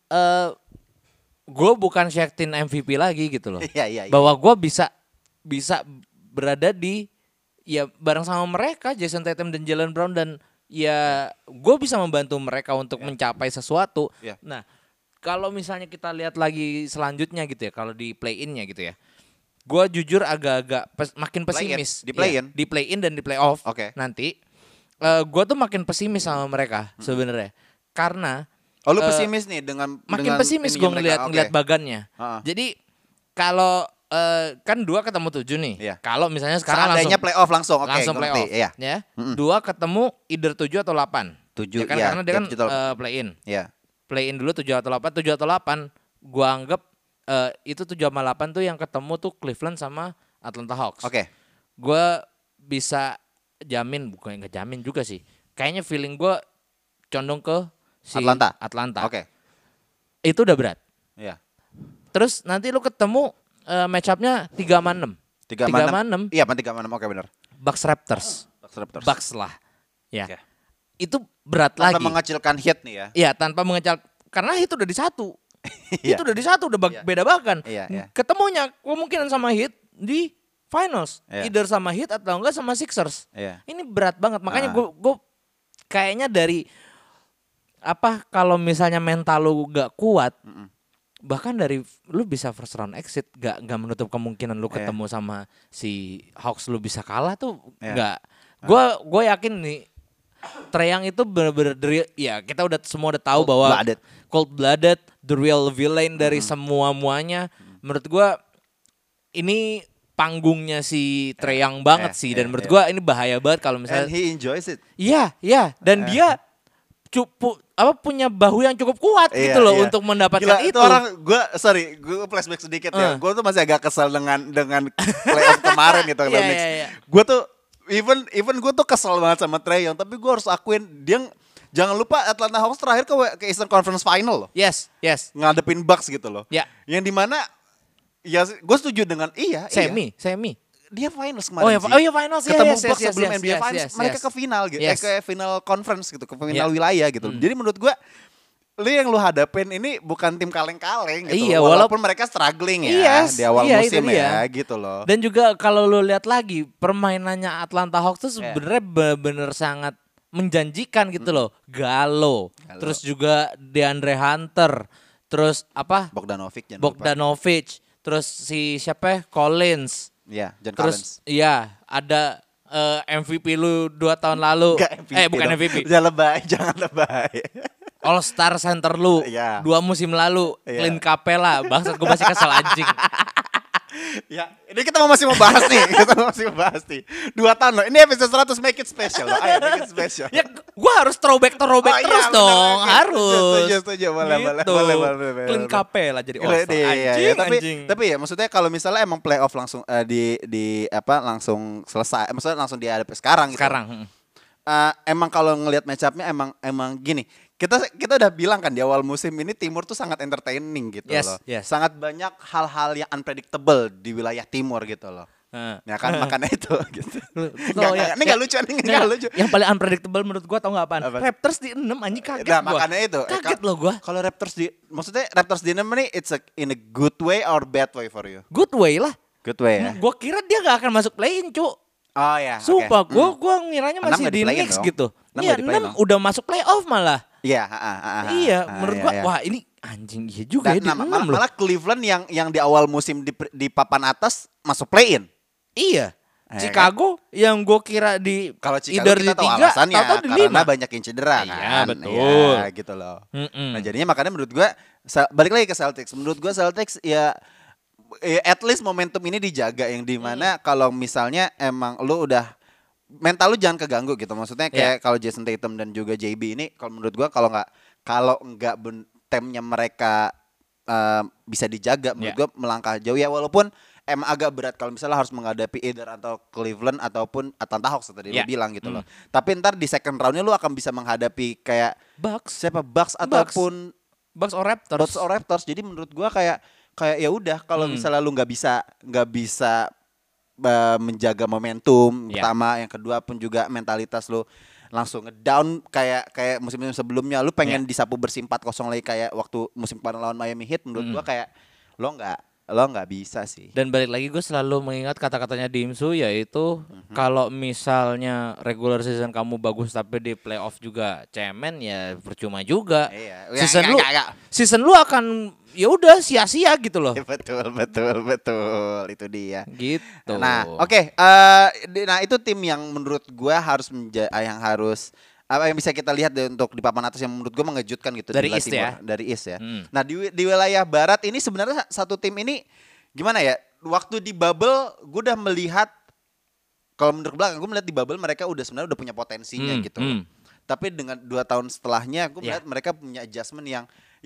Speaker 3: gue bukan Shaqtin MVP lagi gitu loh.
Speaker 2: Iya.
Speaker 3: Bahwa gue bisa berada di ya bareng sama mereka, Jason Tatum dan Jaylen Brown, dan ya gue bisa membantu mereka untuk mencapai sesuatu. Nah, kalau misalnya kita lihat lagi selanjutnya gitu ya, kalau di play-in-nya gitu ya, gue jujur agak-agak makin pesimis.
Speaker 2: Di play-in?
Speaker 3: Di play-in dan di play-off. Nanti gue tuh makin pesimis sama mereka sebenarnya. Karena
Speaker 2: lu pesimis nih dengan
Speaker 3: pesimis gue ngeliat bagannya. Jadi kalau kan 2 ketemu 7 nih. Kalau misalnya sekarang
Speaker 2: seandainya playoff langsung
Speaker 3: playoff.
Speaker 2: Iya.
Speaker 3: Ya. 2 ketemu either 7 atau 8.
Speaker 2: 7
Speaker 3: ya kan, karena dia kan play-in.
Speaker 2: Iya.
Speaker 3: Play-in dulu 7 atau 8. 7 atau 8 gua anggap itu 7 sama 8 tuh yang ketemu tuh Cleveland sama Atlanta Hawks. Gua bisa jamin, bukan enggak jamin juga sih. Kayaknya feeling gua condong ke si Atlanta. Itu udah berat.
Speaker 2: Iya.
Speaker 3: Terus nanti lu ketemu match up-nya 3 sama 6. 3 sama 6.
Speaker 2: Iya, 3 sama 6. Oke, benar.
Speaker 3: Bucks Raptors. Bucks lah. Ya. Itu berat
Speaker 2: tanpa
Speaker 3: lagi.
Speaker 2: Tanpa mengecilkan Heat nih ya.
Speaker 3: Iya, tanpa mengecilkan, karena Heat udah di 1. Itu udah di 1, udah beda bahkan. Ketemunya kemungkinan sama Heat di finals. Either sama Heat atau enggak sama Sixers. Ini berat banget. Makanya gue kayaknya dari kalau misalnya mental lu gak kuat, bahkan dari lu bisa first round exit, gak menutup kemungkinan lu ketemu sama si Hawks lu bisa kalah tuh gak. Gue yakin nih Trae Young itu bener-bener ya kita semua udah tahu bahwa cold blooded, the real villain dari semuanya. Menurut gue ini panggungnya si Trae Young banget sih, dan menurut gue ini bahaya banget kalau misalnya.
Speaker 2: And he enjoys it.
Speaker 3: Iya, dan dia punya bahu yang cukup kuat gitu loh untuk mendapatkan itu.
Speaker 2: Itu orang gue flashback sedikit ya. Gue tuh masih agak kesel dengan playoff kemarin gitu. Gue tuh even gue tuh kesel banget sama Trae Young, tapi gue harus akuin dia, jangan lupa Atlanta Hawks terakhir ke Eastern Conference Final loh.
Speaker 3: Yes.
Speaker 2: Ngadepin Bucks gitu loh. Yang dimana ya gue setuju dengan semi. Dia finals kemarin sih.
Speaker 3: Oh iya finals.
Speaker 2: Ketemu Bucks sebelum NBA Finals, mereka ke final gitu. Ke final conference gitu, ke final wilayah gitu. Jadi menurut gue yang lu hadapin ini bukan tim kaleng-kaleng gitu. Walaupun mereka struggling ya di awal musim ya gitu loh.
Speaker 3: Dan juga kalau lu lihat lagi permainannya Atlanta Hawks tuh sebenarnya bener-bener sangat menjanjikan gitu loh. Gallo. Terus juga DeAndre Hunter. Terus Bogdanovic. Terus si siapa? Collins.
Speaker 2: Iya, John
Speaker 3: Collins.
Speaker 2: Terus
Speaker 3: ada MVP lu 2 tahun lalu. Bukan MVP.
Speaker 2: Jangan lebay.
Speaker 3: All Star center lu 2 musim lalu, Clint Capella. Bangsat, gue masih kesel anjing.
Speaker 2: Ini kita masih mau bahas nih. 2 tahun loh. Ini episode 100, make it special loh. Ayo, make it special.
Speaker 3: Ya, gue harus throwback terus dong. Harus.
Speaker 2: Setuju. Boleh.
Speaker 3: Clint Capella jadi All Star. Anjing.
Speaker 2: Tapi ya maksudnya kalau misalnya emang playoff langsung langsung selesai. Maksudnya langsung dihadapi sekarang gitu. Emang kalau ngelihat match up-nya emang gini. Kita udah bilang kan di awal musim ini Timur tuh sangat entertaining gitu loh. Sangat banyak hal-hal yang unpredictable di wilayah Timur gitu loh. Ya kan, makanya itu gitu. Ini gak lucu.
Speaker 3: Yang paling unpredictable menurut gua tau gak apaan? Raptors di 6 anjing, kaget gua.
Speaker 2: Makanya itu.
Speaker 3: Kaget loh gua.
Speaker 2: Kalau Raptors di 6 ini it's in a good way or bad way for you?
Speaker 3: Good way lah.
Speaker 2: Good way ya.
Speaker 3: Gua kira dia gak akan masuk play-in, Cuk.
Speaker 2: Oh ya.
Speaker 3: Sumpah, gua ngiranya masih di Knicks gitu. Iya, 6 udah masuk playoff malah.
Speaker 2: Iya,
Speaker 3: menurut gua wah ini anjing iya juga ya di 6 loh.
Speaker 2: Malah Cleveland yang di awal musim di papan atas masuk play-in.
Speaker 3: Iya. Chicago yang gue kira di
Speaker 2: Kalau Chicago
Speaker 3: either
Speaker 2: kita
Speaker 3: di
Speaker 2: tahu
Speaker 3: 3
Speaker 2: alasannya
Speaker 3: atau di
Speaker 2: karena
Speaker 3: 5.
Speaker 2: banyak yang cedera kan.
Speaker 3: Iya, betul.
Speaker 2: Ya, gitu loh. Nah, jadinya makanya menurut gua balik lagi ke Celtics. Menurut gua Celtics ya at least momentum ini dijaga yang di mana kalau misalnya emang lu udah mental lu jangan keganggu gitu. Maksudnya kayak kalau Jason Tatum dan juga JB ini kalau menurut gua kalau nggak temnya mereka bisa dijaga menurut gua melangkah jauh ya, walaupun emang agak berat kalau misalnya harus menghadapi either atau Cleveland ataupun Atlanta Hawks tadi lu bilang gitu loh. Tapi ntar di second roundnya lu akan bisa menghadapi kayak Bucks ataupun
Speaker 3: Bucks or Raptors.
Speaker 2: Jadi menurut gua kayak ya udah kalau misalnya lu nggak bisa menjaga momentum pertama, yang kedua pun juga mentalitas lu langsung ngedown kayak musim-musim sebelumnya, lu pengen disapu bersih 4-0 lagi kayak waktu musim kemarin lawan Miami Heat. Menurut gua kayak lo nggak bisa sih.
Speaker 3: Dan balik lagi gue selalu mengingat kata-katanya Dimsu, yaitu kalau misalnya regular season kamu bagus tapi di playoff juga cemen, ya percuma juga.
Speaker 2: Iya.
Speaker 3: Season lu akan ya udah sia-sia gitu loh.
Speaker 2: Betul itu dia.
Speaker 3: Gitu.
Speaker 2: Nah, oke. Nah itu tim yang menurut gua apa yang bisa kita lihat untuk di papan atas yang menurut gua mengejutkan gitu
Speaker 3: dari
Speaker 2: di
Speaker 3: East
Speaker 2: Timur,
Speaker 3: ya.
Speaker 2: Dari East ya. Nah di wilayah Barat ini sebenarnya satu tim ini gimana ya? Waktu di bubble gua udah melihat, kalau menurut belakang gua melihat di bubble mereka sebenarnya udah punya potensinya gitu. Tapi dengan 2 tahun setelahnya gua melihat mereka punya adjustment yang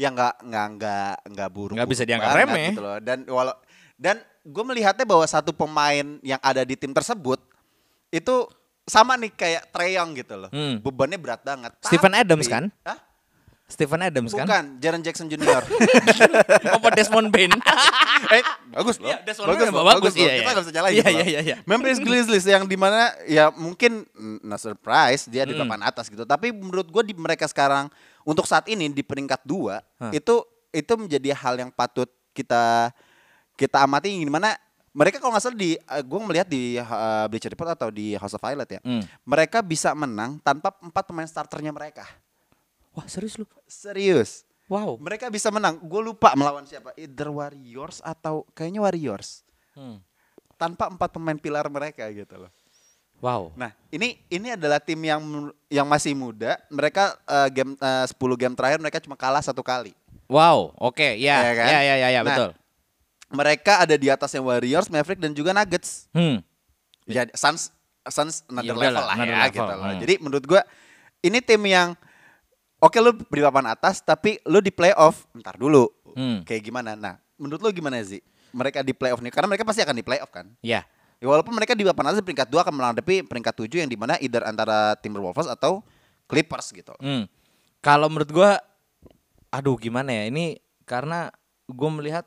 Speaker 2: nggak buruk.
Speaker 3: Nggak bisa dianggap remeh
Speaker 2: gitu loh. Dan gue melihatnya bahwa satu pemain yang ada di tim tersebut itu sama nih kayak Trae Young gitu loh. Bebannya berat banget.
Speaker 3: Stephen Adams kan?
Speaker 2: Hah?
Speaker 3: Stephen Adams kan?
Speaker 2: Bukan, Jaren Jackson Jr.
Speaker 3: Apa Desmond Bain?
Speaker 2: Bagus loh.
Speaker 3: Iya, Desmond Bain bagus.
Speaker 2: Iya, kita nggak bisa nyalain.
Speaker 3: Iya.
Speaker 2: Memphis Grizzlies yang dimana ya mungkin no surprise dia di papan atas gitu. Tapi menurut gue di mereka sekarang untuk saat ini di peringkat 2 itu menjadi hal yang patut kita amati, gimana mereka kalau nggak salah gue melihat di Bleacher Report atau di House of Highlight ya, mereka bisa menang tanpa 4 pemain starternya mereka.
Speaker 3: Wah, serius lu?
Speaker 2: Serius.
Speaker 3: Wow.
Speaker 2: Mereka bisa menang. Gue lupa melawan siapa, either Warriors atau kayaknya Warriors. Tanpa 4 pemain pilar mereka gitu loh.
Speaker 3: Wow.
Speaker 2: Nah, ini adalah tim yang masih muda. Mereka 10 game terakhir mereka cuma kalah 1 kali.
Speaker 3: Wow, oke, ya
Speaker 2: kan?
Speaker 3: Ya,
Speaker 2: Nah,
Speaker 3: betul.
Speaker 2: Mereka ada di atasnya Warriors, Maverick dan juga Nuggets. Ya, Suns another level lah ya gitu loh. Jadi menurut gua ini tim yang oke, lu di papan atas tapi lu di playoff ntar dulu. Kayak gimana? Nah, menurut lu gimana sih? Mereka di playoff nih, karena mereka pasti akan di playoff kan?
Speaker 3: Iya.
Speaker 2: Ya, walaupun mereka di papan atas peringkat 2 akan menghadapi peringkat 7 yang dimana either antara Timberwolves atau Clippers gitu.
Speaker 3: Kalau menurut gue, aduh gimana ya, ini karena gue melihat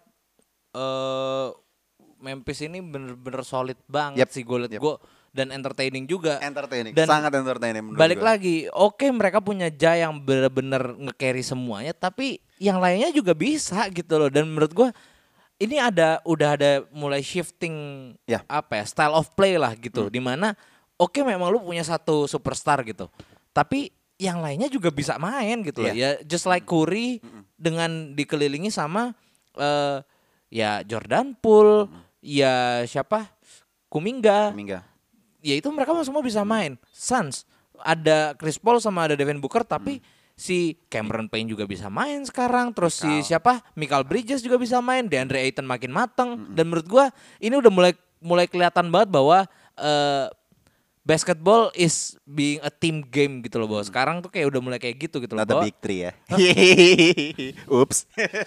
Speaker 3: Memphis ini bener-bener solid banget sih gue lihat. Dan entertaining juga.
Speaker 2: Dan sangat entertaining menurut
Speaker 3: balik
Speaker 2: gue.
Speaker 3: lagi, oke mereka punya yang bener-bener nge-carry semuanya, tapi yang lainnya juga bisa gitu loh. Dan menurut gue ini udah ada mulai shifting style of play lah gitu, dimana oke memang lu punya satu superstar gitu, tapi yang lainnya juga bisa main gitu loh. Ya just like Curry dengan dikelilingi sama ya Jordan Poole, ya siapa Kuminga. Ya itu mereka semua bisa main. Suns ada Chris Paul sama ada Devin Booker, tapi si Cameron Payne juga bisa main sekarang. Terus si siapa? Michael Bridges juga bisa main. DeAndre Ayton makin matang. Dan menurut gua ini udah mulai kelihatan banget bahwa basketball is being a team game gitu loh, bahwa sekarang tuh kayak udah mulai kayak gitu loh.
Speaker 2: Not the big three ya. Ups.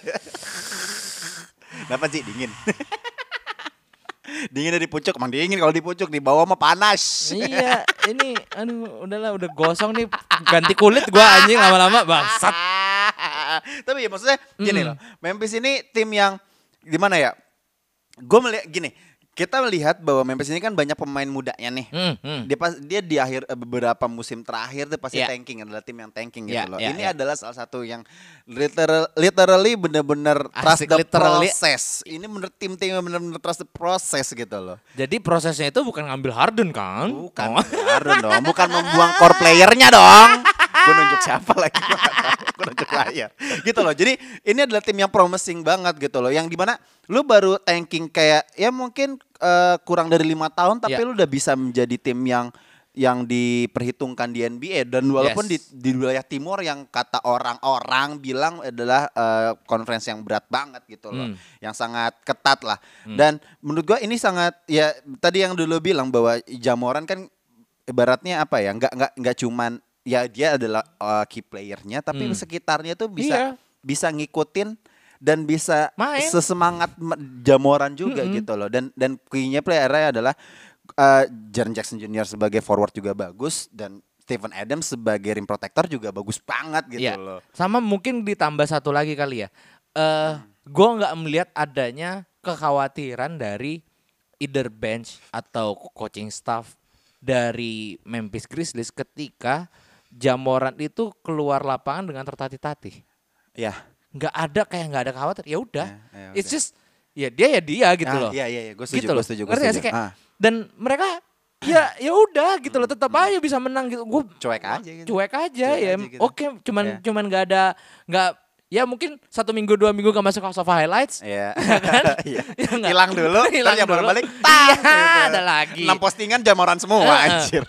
Speaker 2: Kenapa sih dingin? Dingin dari pucuk, emang dingin kalau di pucuk, di bawah mah panas.
Speaker 3: Iya, ini udah gosong nih, ganti kulit gua anjing lama-lama bangsat.
Speaker 2: Tapi ya maksudnya gini loh, Memphis ini tim yang gimana ya? Gue melihat gini, kita melihat bahwa Memphis ini kan banyak pemain mudanya nih. Dia di akhir beberapa musim terakhir tuh pasti tanking, adalah tim yang tanking gitu loh. Ini adalah salah satu yang literally bener-bener trust the process. Ini bener tim-tim yang bener-bener trust the process gitu loh.
Speaker 3: Jadi prosesnya itu bukan ngambil Harden kan?
Speaker 2: Bukan Harden dong, bukan membuang core playernya dong. Gue nunjuk siapa lagi? Gue nunjuk layar. Gitu loh. Jadi ini adalah tim yang promising banget gitu loh. Yang dimana lu baru tanking kayak ya mungkin kurang dari 5 tahun tapi
Speaker 3: Ya.
Speaker 2: lu udah bisa menjadi tim yang diperhitungkan di NBA dan walaupun
Speaker 3: Yes.
Speaker 2: di wilayah timur yang kata orang-orang bilang adalah conference yang berat banget gitu loh, yang sangat ketat lah. Dan menurut gua ini sangat ya tadi yang dulu bilang bahwa Ja Morant kan ibaratnya apa ya nggak cuman ya dia adalah key playernya tapi sekitarnya tuh
Speaker 3: Iya.
Speaker 2: bisa ngikutin dan bisa
Speaker 3: Main.
Speaker 2: sesemangat Ja Morant juga gitu loh dan key-nya playernya adalah Jaren Jackson Jr. sebagai forward juga bagus dan Steven Adams sebagai rim protector juga bagus banget gitu
Speaker 3: Iya.
Speaker 2: loh.
Speaker 3: Sama mungkin ditambah satu lagi kali ya. Gue nggak melihat adanya kekhawatiran dari either bench atau coaching staff dari Memphis Grizzlies ketika Ja Morant itu keluar lapangan dengan tertatih-tatih.
Speaker 2: Ya.
Speaker 3: Nggak ada khawatir. Ya udah.
Speaker 2: Ya
Speaker 3: It's
Speaker 2: udah.
Speaker 3: just ya dia gitu loh.
Speaker 2: Iya, gue setuju,
Speaker 3: Gitu loh.
Speaker 2: gue setuju, gue
Speaker 3: Ngerti nggak
Speaker 2: setuju.
Speaker 3: sih kayak dan mereka ya udah gitu loh tetap aja bisa menang gitu. Gue
Speaker 2: Cuek aja gitu.
Speaker 3: Cuek aja
Speaker 2: Cuek
Speaker 3: ya.
Speaker 2: aja gitu.
Speaker 3: Oke,
Speaker 2: Ya.
Speaker 3: cuman nggak ya mungkin 1 minggu 2 minggu gak masuk sofa highlights.
Speaker 2: Iya.
Speaker 3: Ya nggak?
Speaker 2: Hilang dulu,
Speaker 3: Hilang
Speaker 2: terus
Speaker 3: dulu.
Speaker 2: balik,
Speaker 3: Iya,
Speaker 2: gitu.
Speaker 3: ada lagi.
Speaker 2: 6 postingan Ja Morant semua anjir.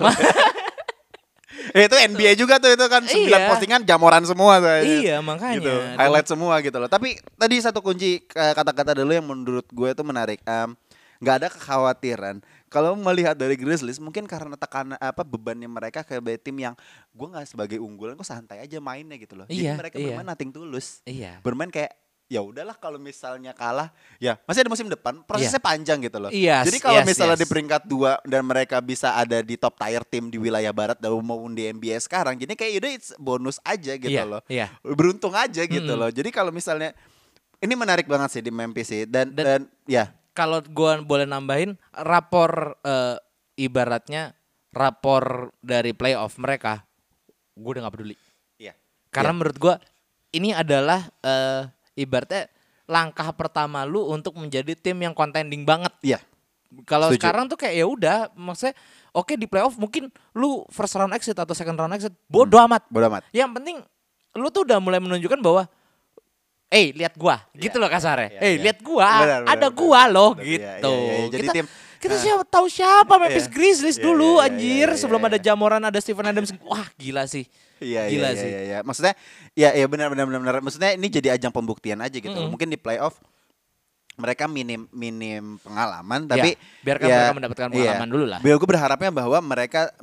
Speaker 2: Itu NBA juga tuh itu kan 9
Speaker 3: Iya.
Speaker 2: postingan Ja Morant semua tuh.
Speaker 3: Iya, makanya.
Speaker 2: Gitu. Highlight semua gitu loh. Tapi tadi satu kunci kata-kata dulu yang menurut gue itu menarik. Nggak ada kekhawatiran. Kalau melihat dari Grizzlies mungkin karena tekanan bebannya mereka ke tim yang gue nggak sebagai unggulan gue santai aja mainnya gitu loh. Jadi
Speaker 3: Iya,
Speaker 2: mereka
Speaker 3: iya.
Speaker 2: bermain nothing tulus.
Speaker 3: Iya.
Speaker 2: Bermain kayak ya udahlah kalau misalnya kalah ya masih ada musim depan prosesnya panjang gitu loh.
Speaker 3: Yes,
Speaker 2: Jadi kalau
Speaker 3: yes,
Speaker 2: misalnya
Speaker 3: yes.
Speaker 2: di peringkat 2 dan mereka bisa ada di top tier tim di wilayah barat dan maupun di NBA sekarang jadi kayak udah it's bonus aja gitu
Speaker 3: Iya,
Speaker 2: loh.
Speaker 3: iya.
Speaker 2: Beruntung aja gitu loh. Jadi kalau misalnya ini menarik banget sih di Memphis sih dan ya
Speaker 3: Kalau gue boleh nambahin rapor ibaratnya rapor dari playoff mereka, gue udah nggak peduli.
Speaker 2: iya.
Speaker 3: Karena menurut gue ini adalah ibaratnya langkah pertama lu untuk menjadi tim yang contending banget.
Speaker 2: Iya.
Speaker 3: Kalau
Speaker 2: Setuju.
Speaker 3: sekarang tuh kayak ya udah, maksudnya oke di playoff mungkin lu first round exit atau second round exit, bodo amat.
Speaker 2: Bodo amat.
Speaker 3: Yang penting lu tuh udah mulai menunjukkan bahwa lihat gua, gitu loh kasarnya.
Speaker 2: Iya, iya.
Speaker 3: Lihat gua,
Speaker 2: Benar,
Speaker 3: ada
Speaker 2: benar,
Speaker 3: gua
Speaker 2: benar,
Speaker 3: loh
Speaker 2: benar.
Speaker 3: gitu.
Speaker 2: Iya, iya. Jadi
Speaker 3: Kita tahu siapa Memphis
Speaker 2: Iya.
Speaker 3: Grizzlies
Speaker 2: Iya,
Speaker 3: dulu
Speaker 2: iya,
Speaker 3: anjir
Speaker 2: iya,
Speaker 3: sebelum
Speaker 2: iya,
Speaker 3: ada
Speaker 2: iya.
Speaker 3: Ja Morant, ada Steven Adams. Wah, gila sih.
Speaker 2: Iya,
Speaker 3: Gila
Speaker 2: iya,
Speaker 3: sih.
Speaker 2: iya, iya. Maksudnya ya benar. Maksudnya ini jadi ajang pembuktian aja gitu. Mungkin di playoff mereka minim pengalaman tapi
Speaker 3: biarkan mereka mendapatkan pengalaman dulu lah.
Speaker 2: Biar gue berharapnya bahwa mereka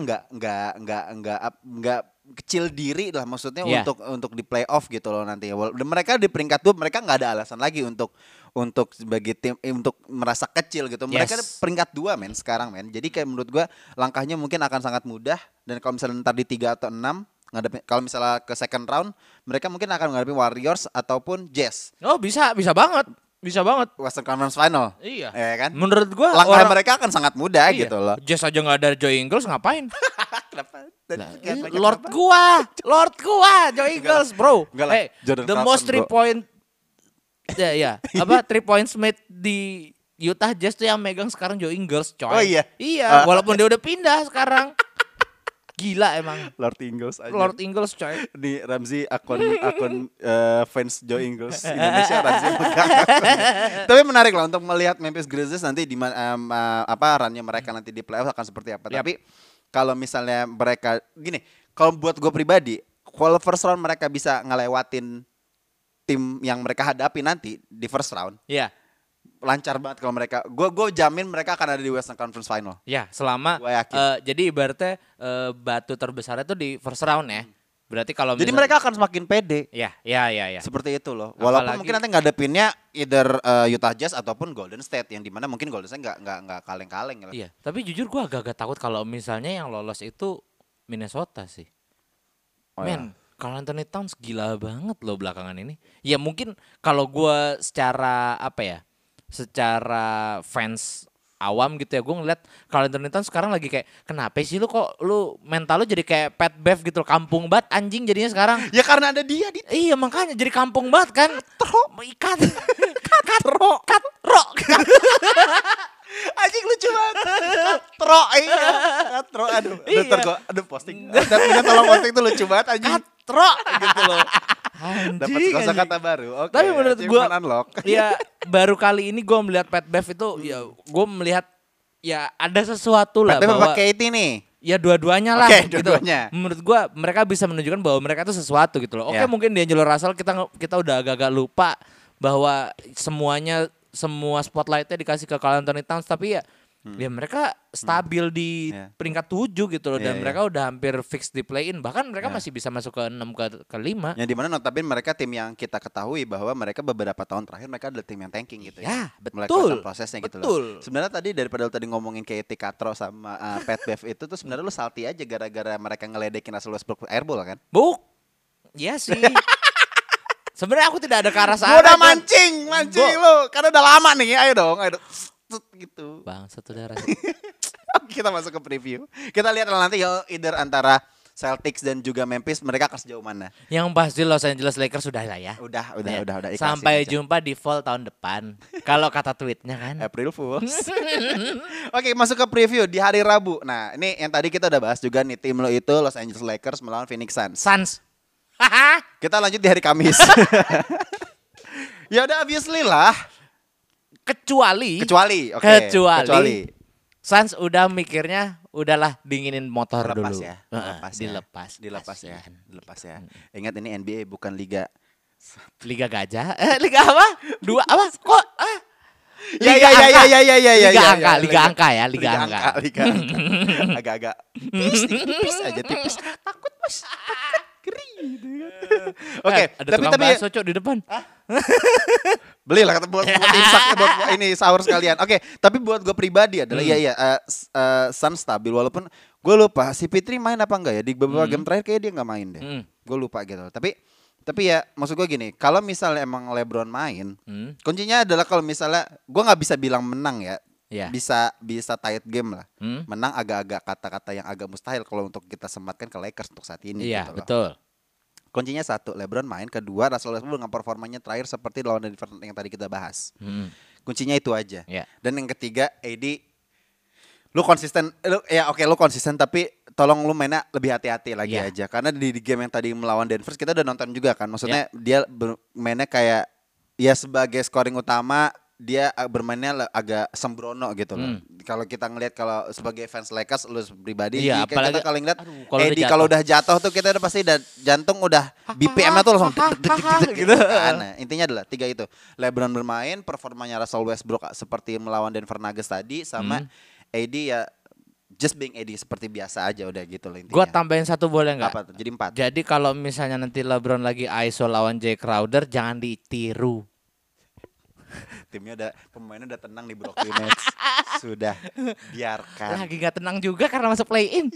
Speaker 2: nggak kecil diri lah maksudnya
Speaker 3: Iya.
Speaker 2: untuk di playoff gitu loh nanti. Dan mereka di peringkat 2 mereka nggak ada alasan lagi untuk sebagai tim untuk merasa kecil gitu. Mereka
Speaker 3: Yes.
Speaker 2: peringkat 2 men sekarang men. Jadi kayak menurut gua langkahnya mungkin akan sangat mudah dan kalau misalnya ntar di 3 atau 6 kalau misalnya ke second round mereka mungkin akan menghadapi Warriors ataupun Jazz.
Speaker 3: Oh, bisa banget. Bisa banget.
Speaker 2: Western Conference Final.
Speaker 3: Iya.
Speaker 2: Ya kan?
Speaker 3: Menurut gua
Speaker 2: Langkah mereka akan sangat mudah
Speaker 3: iya.
Speaker 2: gitu loh.
Speaker 3: Jazz aja nggak ada Joe Ingles ngapain?
Speaker 2: Kenapa?
Speaker 3: Lord gua, Joe Ingles, bro.
Speaker 2: Enggak lah,
Speaker 3: Hey,
Speaker 2: Jordan
Speaker 3: the
Speaker 2: Clarkson,
Speaker 3: most
Speaker 2: bro.
Speaker 3: 3 point ya, apa 3 points made di Utah Jazz tuh yang megang sekarang Joe Ingles, coy.
Speaker 2: Oh iya?
Speaker 3: Iya, walaupun dia udah pindah sekarang. Gila emang.
Speaker 2: Lord Ingles aja.
Speaker 3: Lord Ingles, coy.
Speaker 2: Di Ramzi akun fans Joe Ingles Indonesia Ramzi megang akun. Tapi menarik lah untuk melihat Memphis Grizzlies nanti di runnya mereka nanti di playoff akan seperti apa.
Speaker 3: Yap.
Speaker 2: Tapi kalau misalnya mereka gini, kalau buat gue pribadi, kalau first round mereka bisa ngelewatin tim yang mereka hadapi nanti di first round,
Speaker 3: Iya.
Speaker 2: lancar banget kalau mereka. Gue jamin mereka akan ada di Western Conference Final.
Speaker 3: Ya, selama
Speaker 2: Gua yakin.
Speaker 3: jadi ibaratnya batu terbesarnya tuh di first round ya. Berarti kalau
Speaker 2: Jadi mereka akan semakin pede.
Speaker 3: ya.
Speaker 2: Seperti itu loh. Walaupun
Speaker 3: Apalagi-
Speaker 2: mungkin nanti ngadepinnya either Utah Jazz ataupun Golden State yang dimana mungkin Golden State nggak kaleng-kaleng.
Speaker 3: Iya, tapi jujur gua agak-agak takut kalau misalnya yang lolos itu Minnesota sih.
Speaker 2: Oh,
Speaker 3: Men, Karl Anthony Towns gila banget loh belakangan ini. Ya mungkin kalau gua secara apa ya? Secara fans awam gitu ya, gue ngeliat Karl Anthony Towns sekarang lagi kayak kenapa sih lu mental lu jadi kayak Pat Bev gitu, kampung banget anjing jadinya sekarang.
Speaker 2: Ya karena ada dia di
Speaker 3: Iya makanya jadi kampung banget kan. Ikat. Katro.
Speaker 2: anjing lucu banget. Katro iya. Katro aduh.
Speaker 3: Iya.
Speaker 2: Aduh posting. Punya tolong posting itu lucu banget anjing.
Speaker 3: Astro gitu loh.
Speaker 2: Dapat
Speaker 3: Anjing,
Speaker 2: kosakata baru. Oke.
Speaker 3: Tapi menurut gue,
Speaker 2: achievement unlock.
Speaker 3: ya baru kali ini gue melihat Pat Bev itu, ya gue melihat ya ada sesuatu lah
Speaker 2: Pat Bev
Speaker 3: bahwa
Speaker 2: apa Katie nih?
Speaker 3: ya dua-duanya lah
Speaker 2: Oke,
Speaker 3: gitu.
Speaker 2: dua-duanya.
Speaker 3: Menurut gue mereka bisa menunjukkan bahwa mereka itu sesuatu gitu loh. Oke,
Speaker 2: Ya.
Speaker 3: mungkin D'Angelo Russell kita udah agak-agak lupa bahwa semua spotlightnya dikasih ke Karl Anthony Towns, tapi ya mereka stabil di
Speaker 2: Ya.
Speaker 3: peringkat 7 gitu loh, dan
Speaker 2: Ya, ya.
Speaker 3: mereka udah hampir fix di play-in, bahkan mereka masih bisa masuk ke 6 ke 5.
Speaker 2: Yang dimana notabene mereka tim yang kita ketahui bahwa mereka beberapa tahun terakhir mereka adalah tim yang tanking gitu
Speaker 3: Ya,
Speaker 2: Mulai
Speaker 3: betul.
Speaker 2: kelihatan prosesnya gitu
Speaker 3: Betul.
Speaker 2: loh. Sebenarnya tadi daripada lu tadi ngomongin Katie Katro sama Pat Bev itu tuh sebenarnya lu salty aja gara-gara mereka ngeledekin Russell Westbrook airball kan?
Speaker 3: Iya sih. Sebenarnya aku tidak ada ke arah sana.
Speaker 2: Gua udah
Speaker 3: Jon.
Speaker 2: mancing lu. Karena udah lama nih, ayo dong. Tut, gitu.
Speaker 3: Bangsat udah rasa.
Speaker 2: Oke, kita masuk ke preview. Kita lihat nanti ya either antara Celtics dan juga Memphis mereka akan sejauh mana.
Speaker 3: Yang pasti Los Angeles Lakers sudah lah ya.
Speaker 2: Udah
Speaker 3: Ya.
Speaker 2: ikhlasin
Speaker 3: Sampai
Speaker 2: aja.
Speaker 3: jumpa di fall tahun depan. Kalau kata tweetnya kan.
Speaker 2: April Fools. Oke, masuk ke preview di hari Rabu. Nah, ini yang tadi kita udah bahas juga nih, tim lo itu Los Angeles Lakers melawan Phoenix Suns.
Speaker 3: Suns.
Speaker 2: Kita lanjut di hari Kamis. Ya udah obviously lah.
Speaker 3: Kecuali
Speaker 2: Kecuali.
Speaker 3: Suns udah mikirnya udahlah dinginin motor
Speaker 2: Dilepas
Speaker 3: dulu.
Speaker 2: ya. Dilepas ya. Ingat ini NBA bukan liga.
Speaker 3: Liga gajah. Liga apa? Dua apa? Kok?
Speaker 2: Ya.
Speaker 3: Liga angka, liga angka ya, liga angka.
Speaker 2: Liga angka. Agak-agak tipis. Takut bos. Geri gitu kan. Oke,
Speaker 3: Ada tukang bakso Cok di depan.
Speaker 2: belilah kata buat imsak buat ini sahur sekalian. Oke, tapi buat gue pribadi adalah Suns stabil walaupun gue lupa si Fitri main apa enggak ya di beberapa game terakhir kayak dia nggak main deh. Gue lupa gitu. Tapi ya maksud gue gini, kalau misalnya emang LeBron main, kuncinya adalah kalau misalnya gue nggak bisa bilang menang ya.
Speaker 3: Ya.
Speaker 2: Bisa tight game lah. Menang agak-agak kata-kata yang agak mustahil kalau untuk kita sematkan ke Lakers untuk saat ini
Speaker 3: Iya,
Speaker 2: gitu loh.
Speaker 3: betul.
Speaker 2: Kuncinya satu, LeBron main. Kedua, Russell Westbrook dengan performanya terakhir seperti lawan Denver yang tadi kita bahas. Kuncinya itu aja.
Speaker 3: Ya.
Speaker 2: Dan yang ketiga, AD, lu konsisten, lu konsisten tapi tolong lu mainnya lebih hati-hati lagi
Speaker 3: Ya.
Speaker 2: aja. Karena di game yang tadi melawan Denver kita udah nonton juga kan. Maksudnya dia mainnya kayak ya sebagai scoring utama dia bermainnya agak sembrono gitu loh. Kalau kita ngelihat kalau sebagai fans Lakers lu pribadi
Speaker 3: Iya,
Speaker 2: kita
Speaker 3: apalagi-
Speaker 2: kalau ngeliat
Speaker 3: kalau udah
Speaker 2: Eddie kalau udah jatuh tuh kita udah pasti jantung udah BPM-nya tuh langsung gitu kan. Nah, intinya adalah tiga itu. LeBron bermain, performanya Russell Westbrook seperti melawan Denver Nuggets tadi sama AD ya just being AD seperti biasa aja udah gitu loh intinya.
Speaker 3: Gua tambahin satu boleh nggak?
Speaker 2: Apa tuh? Jadi 4.
Speaker 3: Jadi kalau misalnya nanti LeBron lagi ISO lawan Jay Crowder, jangan ditiru.
Speaker 2: Pemainnya udah tenang di Brooklyn Nets. Sudah biarkan.
Speaker 3: Lagi nggak tenang juga karena masuk play-in.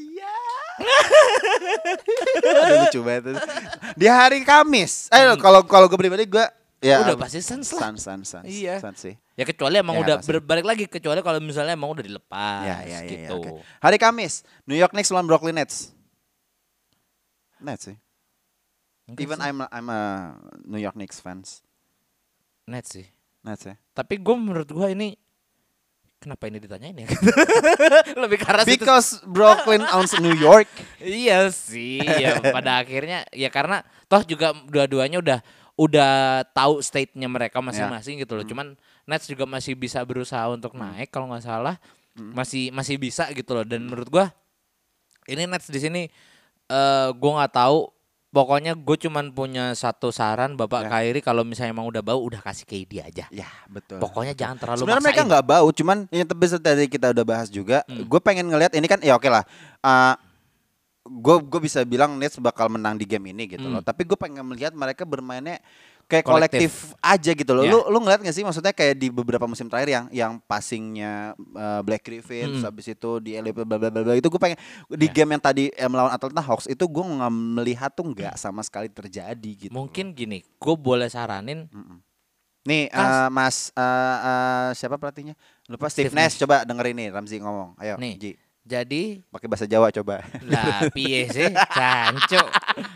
Speaker 2: Aduh, lucu banget. Di hari Kamis. Kalau gue pribadi gue ya
Speaker 3: Udah pasti Suns lah.
Speaker 2: Suns.
Speaker 3: Iya.
Speaker 2: Suns sih.
Speaker 3: Ya kecuali emang
Speaker 2: Ya,
Speaker 3: udah
Speaker 2: pasti.
Speaker 3: berbalik lagi, kecuali kalau misalnya emang udah dilepas
Speaker 2: Ya,
Speaker 3: gitu.
Speaker 2: oke. Hari Kamis, New York Knicks lawan Brooklyn Nets. Nets sih.
Speaker 3: Enggak
Speaker 2: Even
Speaker 3: sih.
Speaker 2: I'm a New York Knicks fans.
Speaker 3: Nets sih.
Speaker 2: Nets ya.
Speaker 3: Tapi menurut gue ini kenapa ini ditanyain ya? Lebih ke arah situ.
Speaker 2: Because Brooklyn owns New York.
Speaker 3: Iya sih, ya pada akhirnya ya karena toh juga dua-duanya udah tahu state-nya mereka masing-masing gitu loh. Cuman Nets juga masih bisa berusaha untuk naik kalau nggak salah. Masih bisa gitu loh, dan menurut gua ini Nets di sini gua nggak tahu. Pokoknya gue cuman punya satu saran Bapak Kyrie, kalau misalnya emang udah bau udah kasih KD aja.
Speaker 2: Ya, betul.
Speaker 3: Pokoknya jangan terlalu
Speaker 2: Sebenarnya mereka
Speaker 3: maksain.
Speaker 2: nggak bau, cuman yang tadi kita udah bahas juga. Gue pengen ngelihat ini kan ya oke lah. Gue bisa bilang Nets bakal menang di game ini gitu loh. Tapi gue pengen melihat mereka bermainnya kayak kolektif aja gitu loh.
Speaker 3: Ya.
Speaker 2: Lu ngeliat gak sih maksudnya kayak di beberapa musim terakhir yang passingnya Black Griffin, terus habis itu di LA bla bla bla itu gue pengen di game yang tadi melawan Atlanta Hawks itu gue nggak melihat tuh nggak sama sekali terjadi gitu.
Speaker 3: Mungkin gini, gue boleh saranin.
Speaker 2: Nih Mas siapa pelatihnya? Lupa Steve
Speaker 3: Steve
Speaker 2: Nash. Coba dengerin nih Ramzi ngomong. Ayo
Speaker 3: Nih.
Speaker 2: Ji.
Speaker 3: Jadi
Speaker 2: Pakai bahasa Jawa coba.
Speaker 3: lah piye sih, cancuk.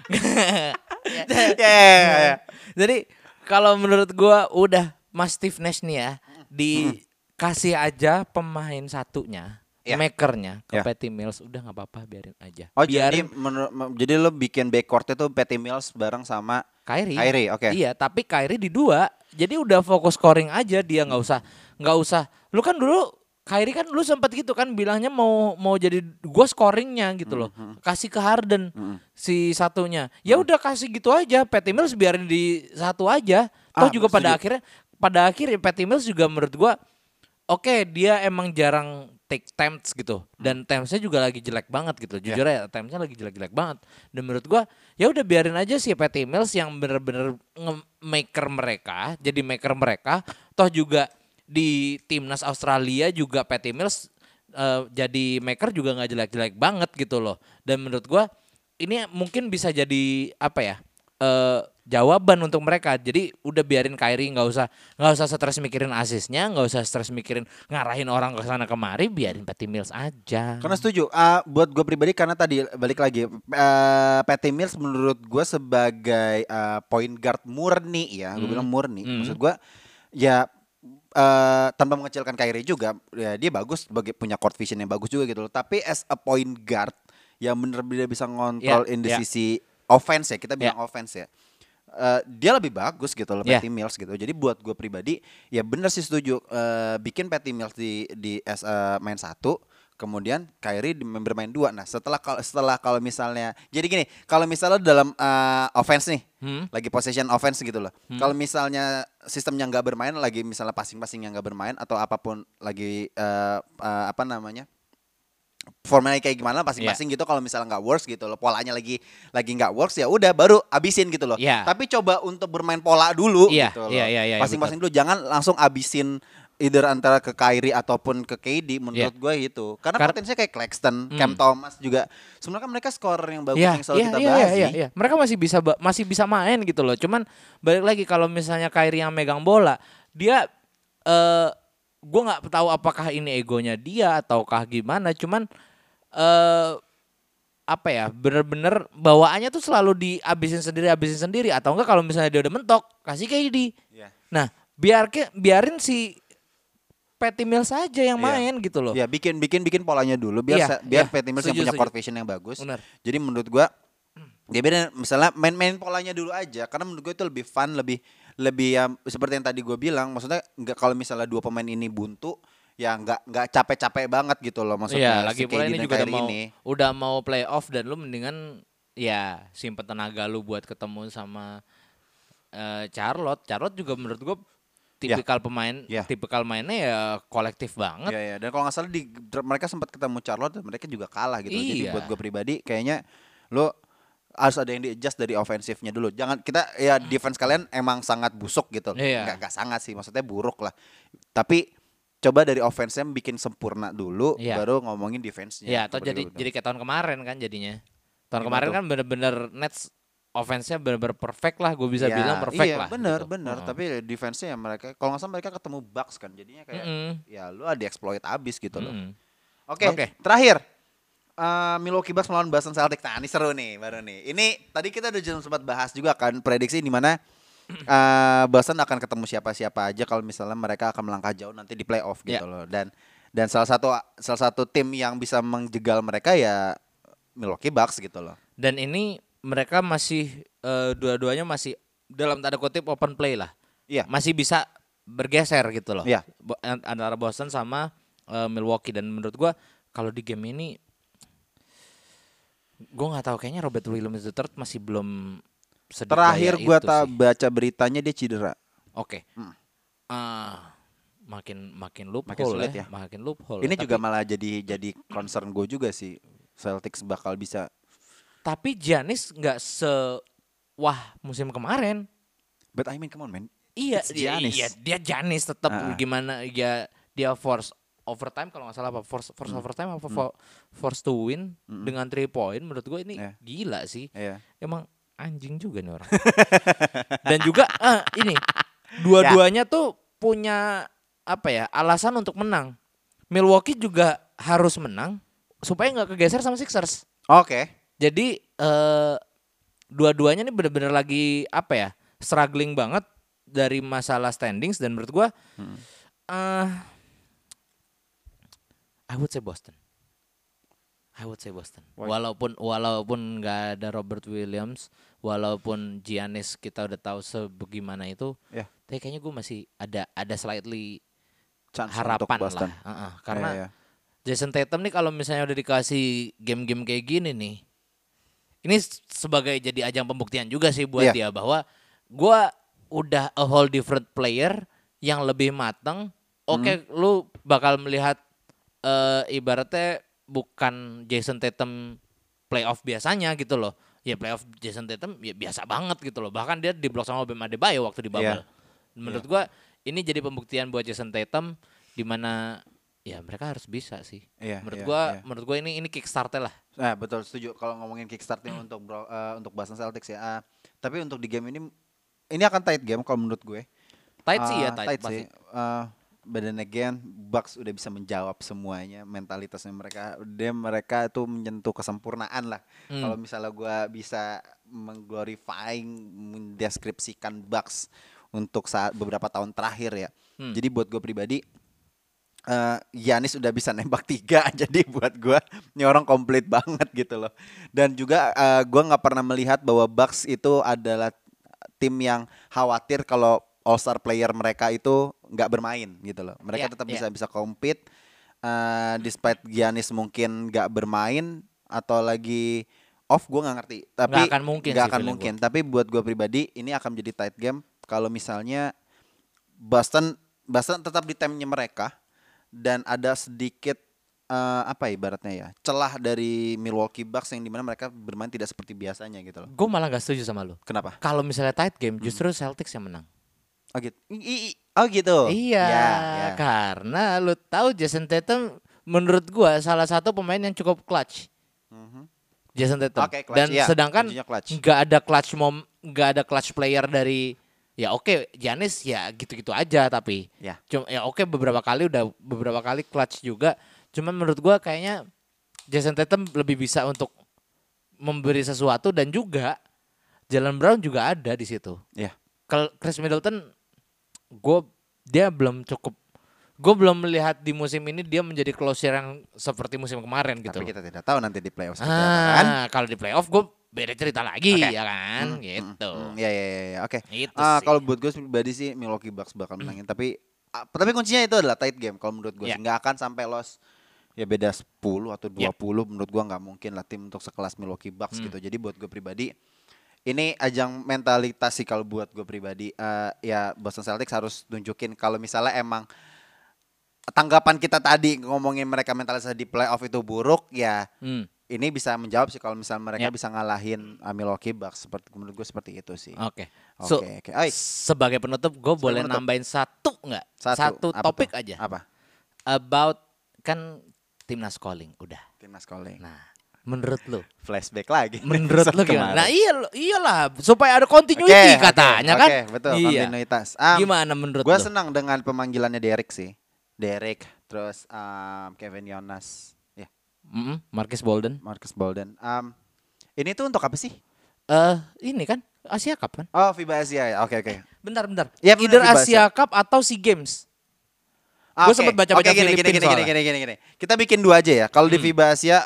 Speaker 3: Jadi kalau menurut gua udah Mas Steve Nash nih ya, dikasih aja pemain satunya makernya ke
Speaker 2: Ya.
Speaker 3: Patty Mills, udah nggak apa-apa, biarin aja.
Speaker 2: Oh jadi
Speaker 3: Biarin
Speaker 2: jadi lo bikin backcourt itu Patty Mills bareng sama
Speaker 3: Kyrie.
Speaker 2: oke.
Speaker 3: Iya, tapi Kyrie di 2. Jadi udah fokus scoring aja, dia nggak usah. Lu kan dulu Kyrie kan lu sempat gitu kan bilangnya mau jadi gua scoringnya gitu loh. Kasih ke Harden si satunya. Ya udah kasih gitu aja. Patty Mills biarin di 1 aja. Toh juga pada akhirnya Patty Mills juga menurut gua oke, dia emang jarang take attempts gitu. Dan attempts-nya juga lagi jelek banget gitu. Jujur ya, attempts-nya lagi jelek-jelek banget. Dan menurut gua ya udah biarin aja sih Patty Mills yang bener-bener maker mereka, jadi maker mereka. Toh juga di timnas Australia juga Patty Mills jadi maker juga nggak jelek-jelek banget gitu loh. Dan menurut gua ini mungkin bisa jadi apa ya? Jawaban untuk mereka. Jadi udah biarin Kyrie, nggak usah stres mikirin asisnya, nggak usah stres mikirin ngarahin orang ke sana kemari, biarin Patty Mills aja.
Speaker 2: Karena setuju. Buat gue pribadi karena tadi balik lagi Patty Mills menurut gue sebagai point guard murni ya, gue bilang murni. Maksud gue ya tanpa mengecilkan Kyrie juga, ya dia bagus sebagai punya court vision yang bagus juga gitu loh. Tapi as a point guard yang benar-benar bisa ngontrol in the sisi offense ya, kita bilang offense ya. Dia lebih bagus gitu loh Patty Mills gitu. Jadi buat gue pribadi ya bener sih setuju, bikin Patty Mills di as main 1, kemudian Kyrie bermain 2. Nah setelah kalau misalnya jadi gini, kalau misalnya dalam offense nih lagi possession offense gitu loh. Kalau misalnya sistemnya nggak bermain, lagi misalnya passing yang nggak bermain atau apapun lagi apa namanya formanya kayak gimana masing-masing gitu, kalau misalnya nggak works gitu loh, polanya lagi nggak works, ya udah baru abisin gitu loh. Tapi coba untuk bermain pola dulu gitu loh. Masing-masing dulu, jangan langsung abisin either antara ke Kyrie ataupun ke KD menurut gue gitu. Karena potensinya kayak Claxton, Cam Thomas juga sebenarnya kan mereka scorer yang bagus yang selalu kita bahas sih.
Speaker 3: Mereka masih bisa main gitu loh. Cuman balik lagi kalau misalnya Kyrie yang megang bola, dia gue nggak tahu apakah ini egonya dia ataukah gimana, cuman apa ya, bener-bener bawaannya tuh selalu dihabisin sendiri atau enggak kalau misalnya dia udah mentok kasih KD. Nah biarin si Patty Mills aja yang main gitu loh.
Speaker 2: Ya bikin polanya dulu biar Patty Mills yang punya court vision yang bagus.
Speaker 3: Bener.
Speaker 2: Jadi menurut gue dia beda, misalnya main polanya dulu aja, karena menurut gue itu lebih fun, lebih ya seperti yang tadi gue bilang, maksudnya nggak, kalau misalnya 2 pemain ini buntu ya nggak capek-capek banget gitu loh, maksudnya.
Speaker 3: Lagi pula ini juga udah mau playoff, dan lu mendingan ya simpen tenaga lu buat ketemu sama Charlotte juga menurut gue tipikal pemain, tipikal mainnya ya kolektif banget.
Speaker 2: Dan kalau nggak salah mereka sempat ketemu Charlotte dan mereka juga kalah gitu. Jadi buat gue pribadi kayaknya lo harus ada yang di-adjust dari ofensifnya dulu. Jangan kita ya defense kalian emang sangat busuk gitu. Enggak sangat sih, maksudnya buruk lah. Tapi coba dari offense-nya bikin sempurna dulu, baru ngomongin defense-nya.
Speaker 3: Atau jadi kayak tahun kemarin kan jadinya. Tahun kemarin kan bener-bener Nets offense-nya bener-bener perfect lah, gue bisa bilang perfect lah.
Speaker 2: Bener. Tapi defense-nya ya mereka, kalau nggak salah mereka ketemu Bucks kan, jadinya kayak ya lu ada exploit abis gitu loh. Oke. Terakhir. Milwaukee Bucks melawan Boston Celtics. Nah ini seru nih baru nih. Ini tadi kita udah sempat bahas juga kan, prediksi di mana Boston akan ketemu siapa-siapa aja kalau misalnya mereka akan melangkah jauh nanti di playoff gitu loh. Dan salah satu tim yang bisa menjegal mereka ya Milwaukee Bucks gitu loh.
Speaker 3: Dan ini mereka masih dua-duanya masih dalam tanda kutip open play lah. Masih bisa bergeser gitu loh. Antara Boston sama Milwaukee, dan menurut gua kalau di game ini gue nggak tahu, kayaknya Robert Williams III masih belum sedikit.
Speaker 2: Terakhir gue baca beritanya dia cedera.
Speaker 3: Makin loophole ya. Makin loophole.
Speaker 2: Ini juga malah jadi concern gue juga sih, Celtics bakal bisa.
Speaker 3: Tapi Giannis nggak wah musim kemarin.
Speaker 2: But I mean come on man.
Speaker 3: Iya dia Giannis tetap gimana ya, dia force overtime kalau nggak salah, apa force overtime apa force to win dengan 3 point. Menurut gue ini gila sih. Emang anjing juga nih orang. Dan juga ini dua-duanya tuh punya apa ya, alasan untuk menang. Milwaukee juga harus menang supaya nggak kegeser sama Sixers. Jadi dua-duanya nih benar-benar lagi apa ya, struggling banget dari masalah standings. Dan menurut gue I would say Boston. I would say Boston.
Speaker 2: Why?
Speaker 3: Walaupun nggak ada Robert Williams, walaupun Giannis kita udah tahu sebagaimana itu,
Speaker 2: Ya.
Speaker 3: tapi kayaknya gue masih ada slightly
Speaker 2: Chance
Speaker 3: harapan
Speaker 2: untuk Boston.
Speaker 3: lah. Karena
Speaker 2: Ya.
Speaker 3: Jason Tatum nih kalau misalnya udah dikasih game-game kayak gini nih, ini sebagai jadi ajang pembuktian juga sih buat
Speaker 2: Iya.
Speaker 3: dia bahwa gue udah a whole different player yang lebih mateng. Oke, lu bakal melihat ibaratnya bukan Jason Tatum playoff biasanya gitu loh. Ya playoff Jason Tatum ya biasa banget gitu loh. Bahkan dia diblok sama Bam Adebayo waktu di bubble. Menurut gua ini jadi pembuktian buat Jason Tatum di mana ya mereka harus bisa sih.
Speaker 2: Iya,
Speaker 3: Menurut gua ini kickstart lah.
Speaker 2: Nah, betul setuju kalau ngomongin kickstarting untuk Boston Celtics ya. Tapi untuk di game ini akan tight game kalau menurut gue.
Speaker 3: Tight sih ya, tight
Speaker 2: sih.
Speaker 3: pasti.
Speaker 2: But then again, Bucks udah bisa menjawab semuanya, mentalitasnya mereka itu menyentuh kesempurnaan lah. Kalau misalnya gue bisa mendeskripsikan Bucks untuk saat beberapa tahun terakhir ya. Jadi buat gue pribadi, Giannis udah bisa nembak 3, jadi buat gue ini orang komplit banget gitu loh. Dan juga gue nggak pernah melihat bahwa Bucks itu adalah tim yang khawatir kalau all-star player mereka itu nggak bermain gitu loh. Mereka tetap bisa compete despite Giannis mungkin nggak bermain atau lagi off, gue nggak ngerti. Tapi
Speaker 3: Nggak akan mungkin.
Speaker 2: Tapi buat gue pribadi ini akan menjadi tight game kalau misalnya Boston tetap di timenya mereka dan ada sedikit ibaratnya ya celah dari Milwaukee Bucks yang dimana mereka bermain tidak seperti biasanya gitu loh.
Speaker 3: Gue malah gak setuju sama lu.
Speaker 2: Kenapa?
Speaker 3: Kalau misalnya tight game justru Celtics yang menang.
Speaker 2: Oh gitu. Oh gitu.
Speaker 3: Iya,
Speaker 2: Ya.
Speaker 3: karena lu tahu Jason Tatum menurut gua salah satu pemain yang cukup clutch. Jason Tatum.
Speaker 2: Oke, clutch,
Speaker 3: Dan
Speaker 2: iya,
Speaker 3: sedangkan
Speaker 2: kuncinya clutch.
Speaker 3: nggak ada clutch player dari ya oke Giannis ya gitu-gitu aja tapi
Speaker 2: Ya.
Speaker 3: cuma ya oke beberapa kali clutch juga. Cuman menurut gua kayaknya Jason Tatum lebih bisa untuk memberi sesuatu dan juga Jalen Brown juga ada di situ.
Speaker 2: Iya.
Speaker 3: Chris Middleton dia belum cukup. Gue belum melihat di musim ini dia menjadi closer yang seperti musim kemarin gitu.
Speaker 2: Tapi kita tidak tahu nanti di playoff seperti apa kan.
Speaker 3: Kalau di playoff gue beda cerita lagi
Speaker 2: Oke.
Speaker 3: ya kan gitu.
Speaker 2: Ya. Oke.
Speaker 3: Itu sih.
Speaker 2: Kalau buat gue pribadi sih Milwaukee Bucks bakal menangin. Tapi kuncinya itu adalah tight game kalau menurut gue.
Speaker 3: Ya.
Speaker 2: Nggak akan sampai loss. Ya beda 10 atau 20 menurut gue nggak mungkin lah tim untuk sekelas Milwaukee Bucks gitu. Jadi buat gue pribadi ini ajang mentalitas sih kalau buat gue pribadi. Ya Boston Celtics harus tunjukin kalau misalnya emang tanggapan kita tadi ngomongin mereka mentalitas di playoff itu buruk ya. Ini bisa menjawab sih kalau misalnya mereka bisa ngalahin Milwaukee Bucks. Menurut gue seperti itu sih.
Speaker 3: Oke.
Speaker 2: Oke.
Speaker 3: Sebagai penutup gue boleh nambahin satu nggak? Satu topik aja.
Speaker 2: Apa?
Speaker 3: About kan timnas calling udah.
Speaker 2: Timnas calling.
Speaker 3: Nah, menurut lu?
Speaker 2: Flashback lagi.
Speaker 3: Menurut lu
Speaker 2: Kemarin.
Speaker 3: gimana? Nah iyalah supaya ada continuity katanya kan.
Speaker 2: Oke, betul,
Speaker 3: iya.
Speaker 2: kontinuitas.
Speaker 3: Gimana menurut
Speaker 2: Gue
Speaker 3: lu?
Speaker 2: senang dengan pemanggilannya Derek sih. Derek, terus Kevin Jonas, ya,
Speaker 3: Marcus Bolden.
Speaker 2: Ini tuh untuk apa sih?
Speaker 3: Ini kan Asia Cup kan?
Speaker 2: Oh, FIBA Asia ya. Oke.
Speaker 3: Bentar.
Speaker 2: Ya, bener,
Speaker 3: Either
Speaker 2: FIBA
Speaker 3: Asia Cup atau SEA Games. Gue sempat baca-baca Filipina soalnya.
Speaker 2: Gini. Kita bikin 2 aja ya. Kalau di FIBA Asia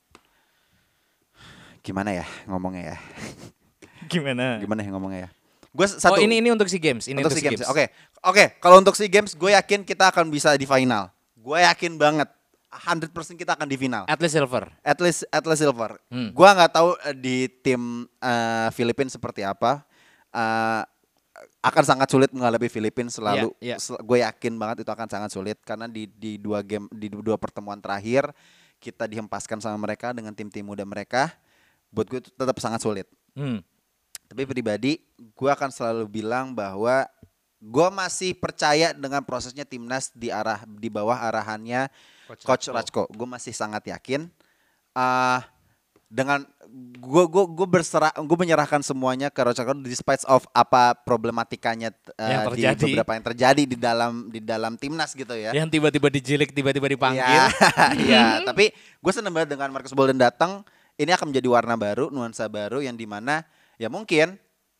Speaker 2: gimana ya ngomongnya ya?
Speaker 3: Gimana
Speaker 2: ngomongnya ya? Gue satu.
Speaker 3: Oh ini untuk SEA Games. Ini untuk SEA Games.
Speaker 2: Oke. Kalau untuk SEA Games, gue yakin kita akan bisa di final. Gue yakin banget, 100% kita akan di final.
Speaker 3: At least silver.
Speaker 2: At least silver. Gue nggak tahu di tim Filipina seperti apa. Akan sangat sulit menghadapi Filipina selalu.
Speaker 3: Yeah.
Speaker 2: Gue yakin banget itu akan sangat sulit karena di 2 game, di 2 pertemuan terakhir kita dihempaskan sama mereka dengan tim-tim muda mereka. Buat gue itu tetap sangat sulit. Tapi pribadi gue akan selalu bilang bahwa gue masih percaya dengan prosesnya timnas di bawah arahannya Coach Ratko. Gue masih sangat yakin dengan gue menyerahkan semuanya ke Ratko despite of apa problematikanya di beberapa yang terjadi di dalam timnas gitu ya.
Speaker 3: Yang tiba-tiba dijilik, tiba-tiba dipanggil.
Speaker 2: Iya, tapi gue seneng banget dengan Marcus Bolden datang. Ini akan menjadi warna baru, nuansa baru yang dimana ya mungkin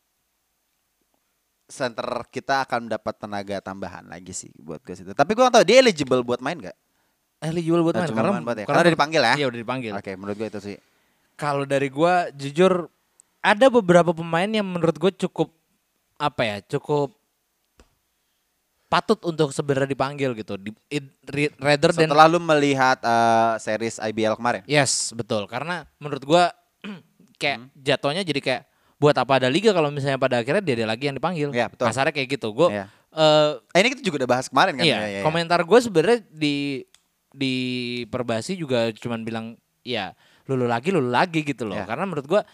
Speaker 2: center kita akan mendapat tenaga tambahan lagi sih buat gue situ. Tapi gue gak tahu dia eligible buat main gak?
Speaker 3: eligible buat main
Speaker 2: Cuma
Speaker 3: karena
Speaker 2: main buat ya? Karena udah dipanggil ya?
Speaker 3: Iya udah dipanggil.
Speaker 2: Oke, menurut gue itu sih.
Speaker 3: Kalau dari gua jujur ada beberapa pemain yang menurut gue cukup cukup patut untuk sebenarnya dipanggil gitu. Rather than
Speaker 2: Setelah lu melihat series IBL kemarin.
Speaker 3: yes, betul. Karena menurut gua kayak jatuhnya jadi kayak buat apa ada liga kalau misalnya pada akhirnya dia lagi yang dipanggil.
Speaker 2: Iya, betul.
Speaker 3: Kasarnya kayak gitu. Gua
Speaker 2: Iya. Ini kita juga udah bahas kemarin kan.
Speaker 3: iya, komentar gue sebenarnya di Perbasi juga cuman bilang ya lulu lagi gitu loh.
Speaker 2: Iya.
Speaker 3: Karena menurut gue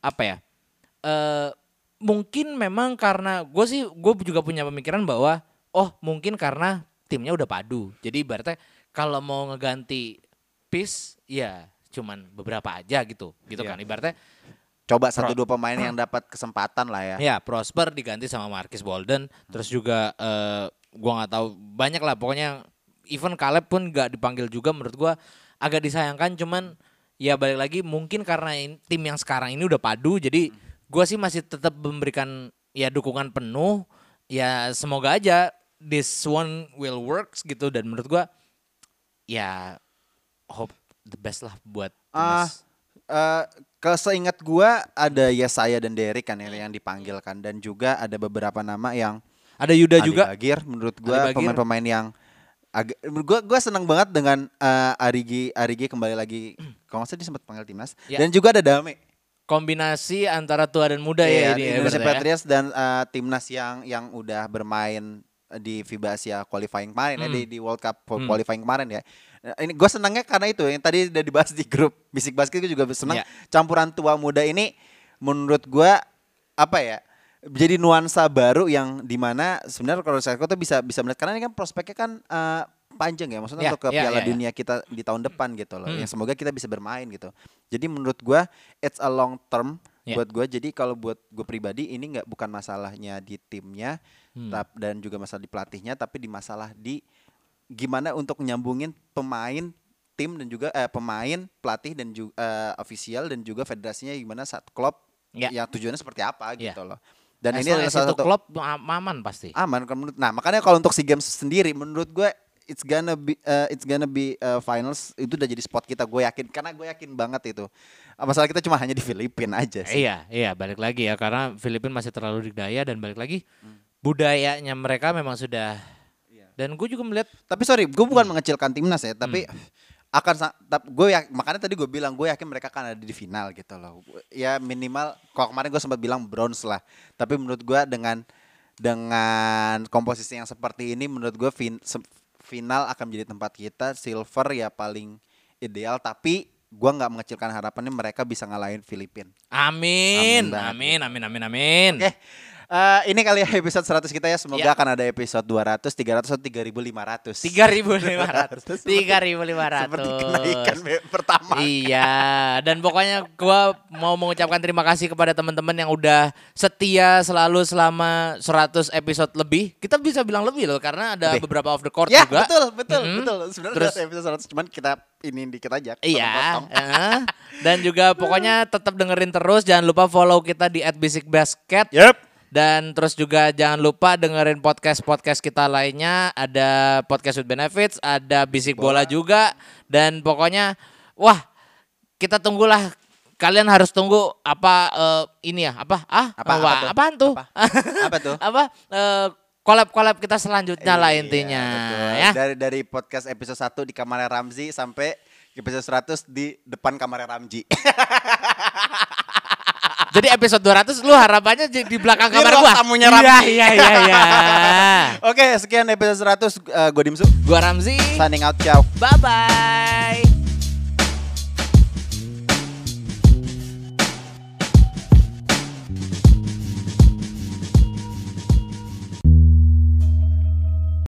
Speaker 3: mungkin memang karena gue juga punya pemikiran bahwa mungkin karena timnya udah padu. Jadi ibaratnya kalau mau ngeganti piece ya cuman beberapa aja gitu
Speaker 2: Iya.
Speaker 3: kan ibaratnya.
Speaker 2: Coba 1-2 pemain yang dapat kesempatan lah ya.
Speaker 3: Ya, Prosper diganti sama Marcus Bolden, terus juga gua nggak tahu banyak lah pokoknya even Caleb pun nggak dipanggil juga menurut gua agak disayangkan cuman ya balik lagi mungkin karena tim yang sekarang ini udah padu jadi gua sih masih tetap memberikan ya dukungan penuh ya semoga aja this one will works gitu dan menurut gua ya hope the best lah buat timnas.
Speaker 2: Keseingat gua ada Yesaya dan Derek kan yang dipanggil kan dan juga ada beberapa nama yang
Speaker 3: Ada Yuda
Speaker 2: Ali
Speaker 3: juga.
Speaker 2: Bagir menurut gua
Speaker 3: Ali Bagir.
Speaker 2: pemain-pemain yang gua seneng banget dengan Arigi kembali lagi kalau nggak salah dia sempat panggil timnas
Speaker 3: Ya.
Speaker 2: dan juga ada Dame.
Speaker 3: Kombinasi antara tua dan muda ya ini ya,
Speaker 2: Indonesia
Speaker 3: berarti ya.
Speaker 2: Patriots dan timnas yang udah bermain di FIBA Asia qualifying kemarin ya di World Cup qualifying kemarin ya. Ini gue senangnya karena itu yang tadi udah dibahas di grup Bisik Basket gue juga senang campuran tua muda ini menurut gue jadi nuansa baru yang dimana sebenarnya kalau saya tuh bisa melihat karena ini kan prospeknya kan panjang ya maksudnya untuk ke Piala Dunia kita di tahun depan gitu loh yang semoga kita bisa bermain gitu. Jadi menurut gue it's a long term buat gue. Jadi kalau buat gue pribadi ini bukan masalahnya di timnya dan juga masalah di pelatihnya tapi di masalah di gimana untuk nyambungin pemain tim dan juga pemain pelatih dan juga official dan juga federasinya gimana saat klub yang tujuannya seperti apa gitu loh. Dan ini adalah salah satu
Speaker 3: klub aman pasti.
Speaker 2: Aman kan menurut. Nah, makanya kalau untuk SEA Games sendiri menurut gue it's gonna be finals itu udah jadi spot kita gue yakin karena gue yakin banget itu. Masalah kita cuma hanya di Filipina aja sih.
Speaker 3: Iya balik lagi ya karena Filipina masih terlalu dikdaya dan balik lagi budayanya mereka memang sudah dan gue juga melihat
Speaker 2: tapi sorry gue bukan mengecilkan timnas ya tapi makanya tadi gue bilang gue yakin mereka akan ada di final gitu loh ya minimal kalau kemarin gue sempat bilang bronze lah tapi menurut gue dengan komposisi yang seperti ini menurut gue final akan menjadi tempat kita silver ya paling ideal tapi gue nggak mengecilkan harapannya mereka bisa ngalahin Filipina.
Speaker 3: Amin.
Speaker 2: Oke. Ini kali ya episode 100 kita ya. Semoga akan ada episode 200, 300 atau 3.500.
Speaker 3: 3.500. 3.500.
Speaker 2: Seperti kenaikan pertama.
Speaker 3: Iya, dan pokoknya gua mau mengucapkan terima kasih kepada teman-teman yang udah setia selalu selama 100 episode lebih. Kita bisa bilang lebih loh karena ada beberapa off the court
Speaker 2: ya,
Speaker 3: juga.
Speaker 2: betul. Sebenarnya terus episode 100 cuman kita ini dikit aja.
Speaker 3: Iya. Dan juga pokoknya tetap dengerin terus, jangan lupa follow kita di @bisikbasket.
Speaker 2: Yep.
Speaker 3: Dan terus juga jangan lupa dengerin podcast kita lainnya. Ada Podcast with Benefits, ada Bisik Bola juga. Dan pokoknya kita tunggulah. Kalian harus tunggu ini ya. Apaan tuh?
Speaker 2: Apa tuh?
Speaker 3: Collab kita selanjutnya lah intinya. Ya.
Speaker 2: Dari podcast episode 1 di kamarnya Ramzi sampai episode 100 di depan kamarnya Ramji.
Speaker 3: Jadi episode 200 lu harapannya di belakang kamar gua.
Speaker 2: Tamunya Ramzi.
Speaker 3: Iya.
Speaker 2: Oke, sekian episode 100 gue Dimsu.
Speaker 3: Gua Ramzi.
Speaker 2: Signing out, ciao.
Speaker 3: Bye bye.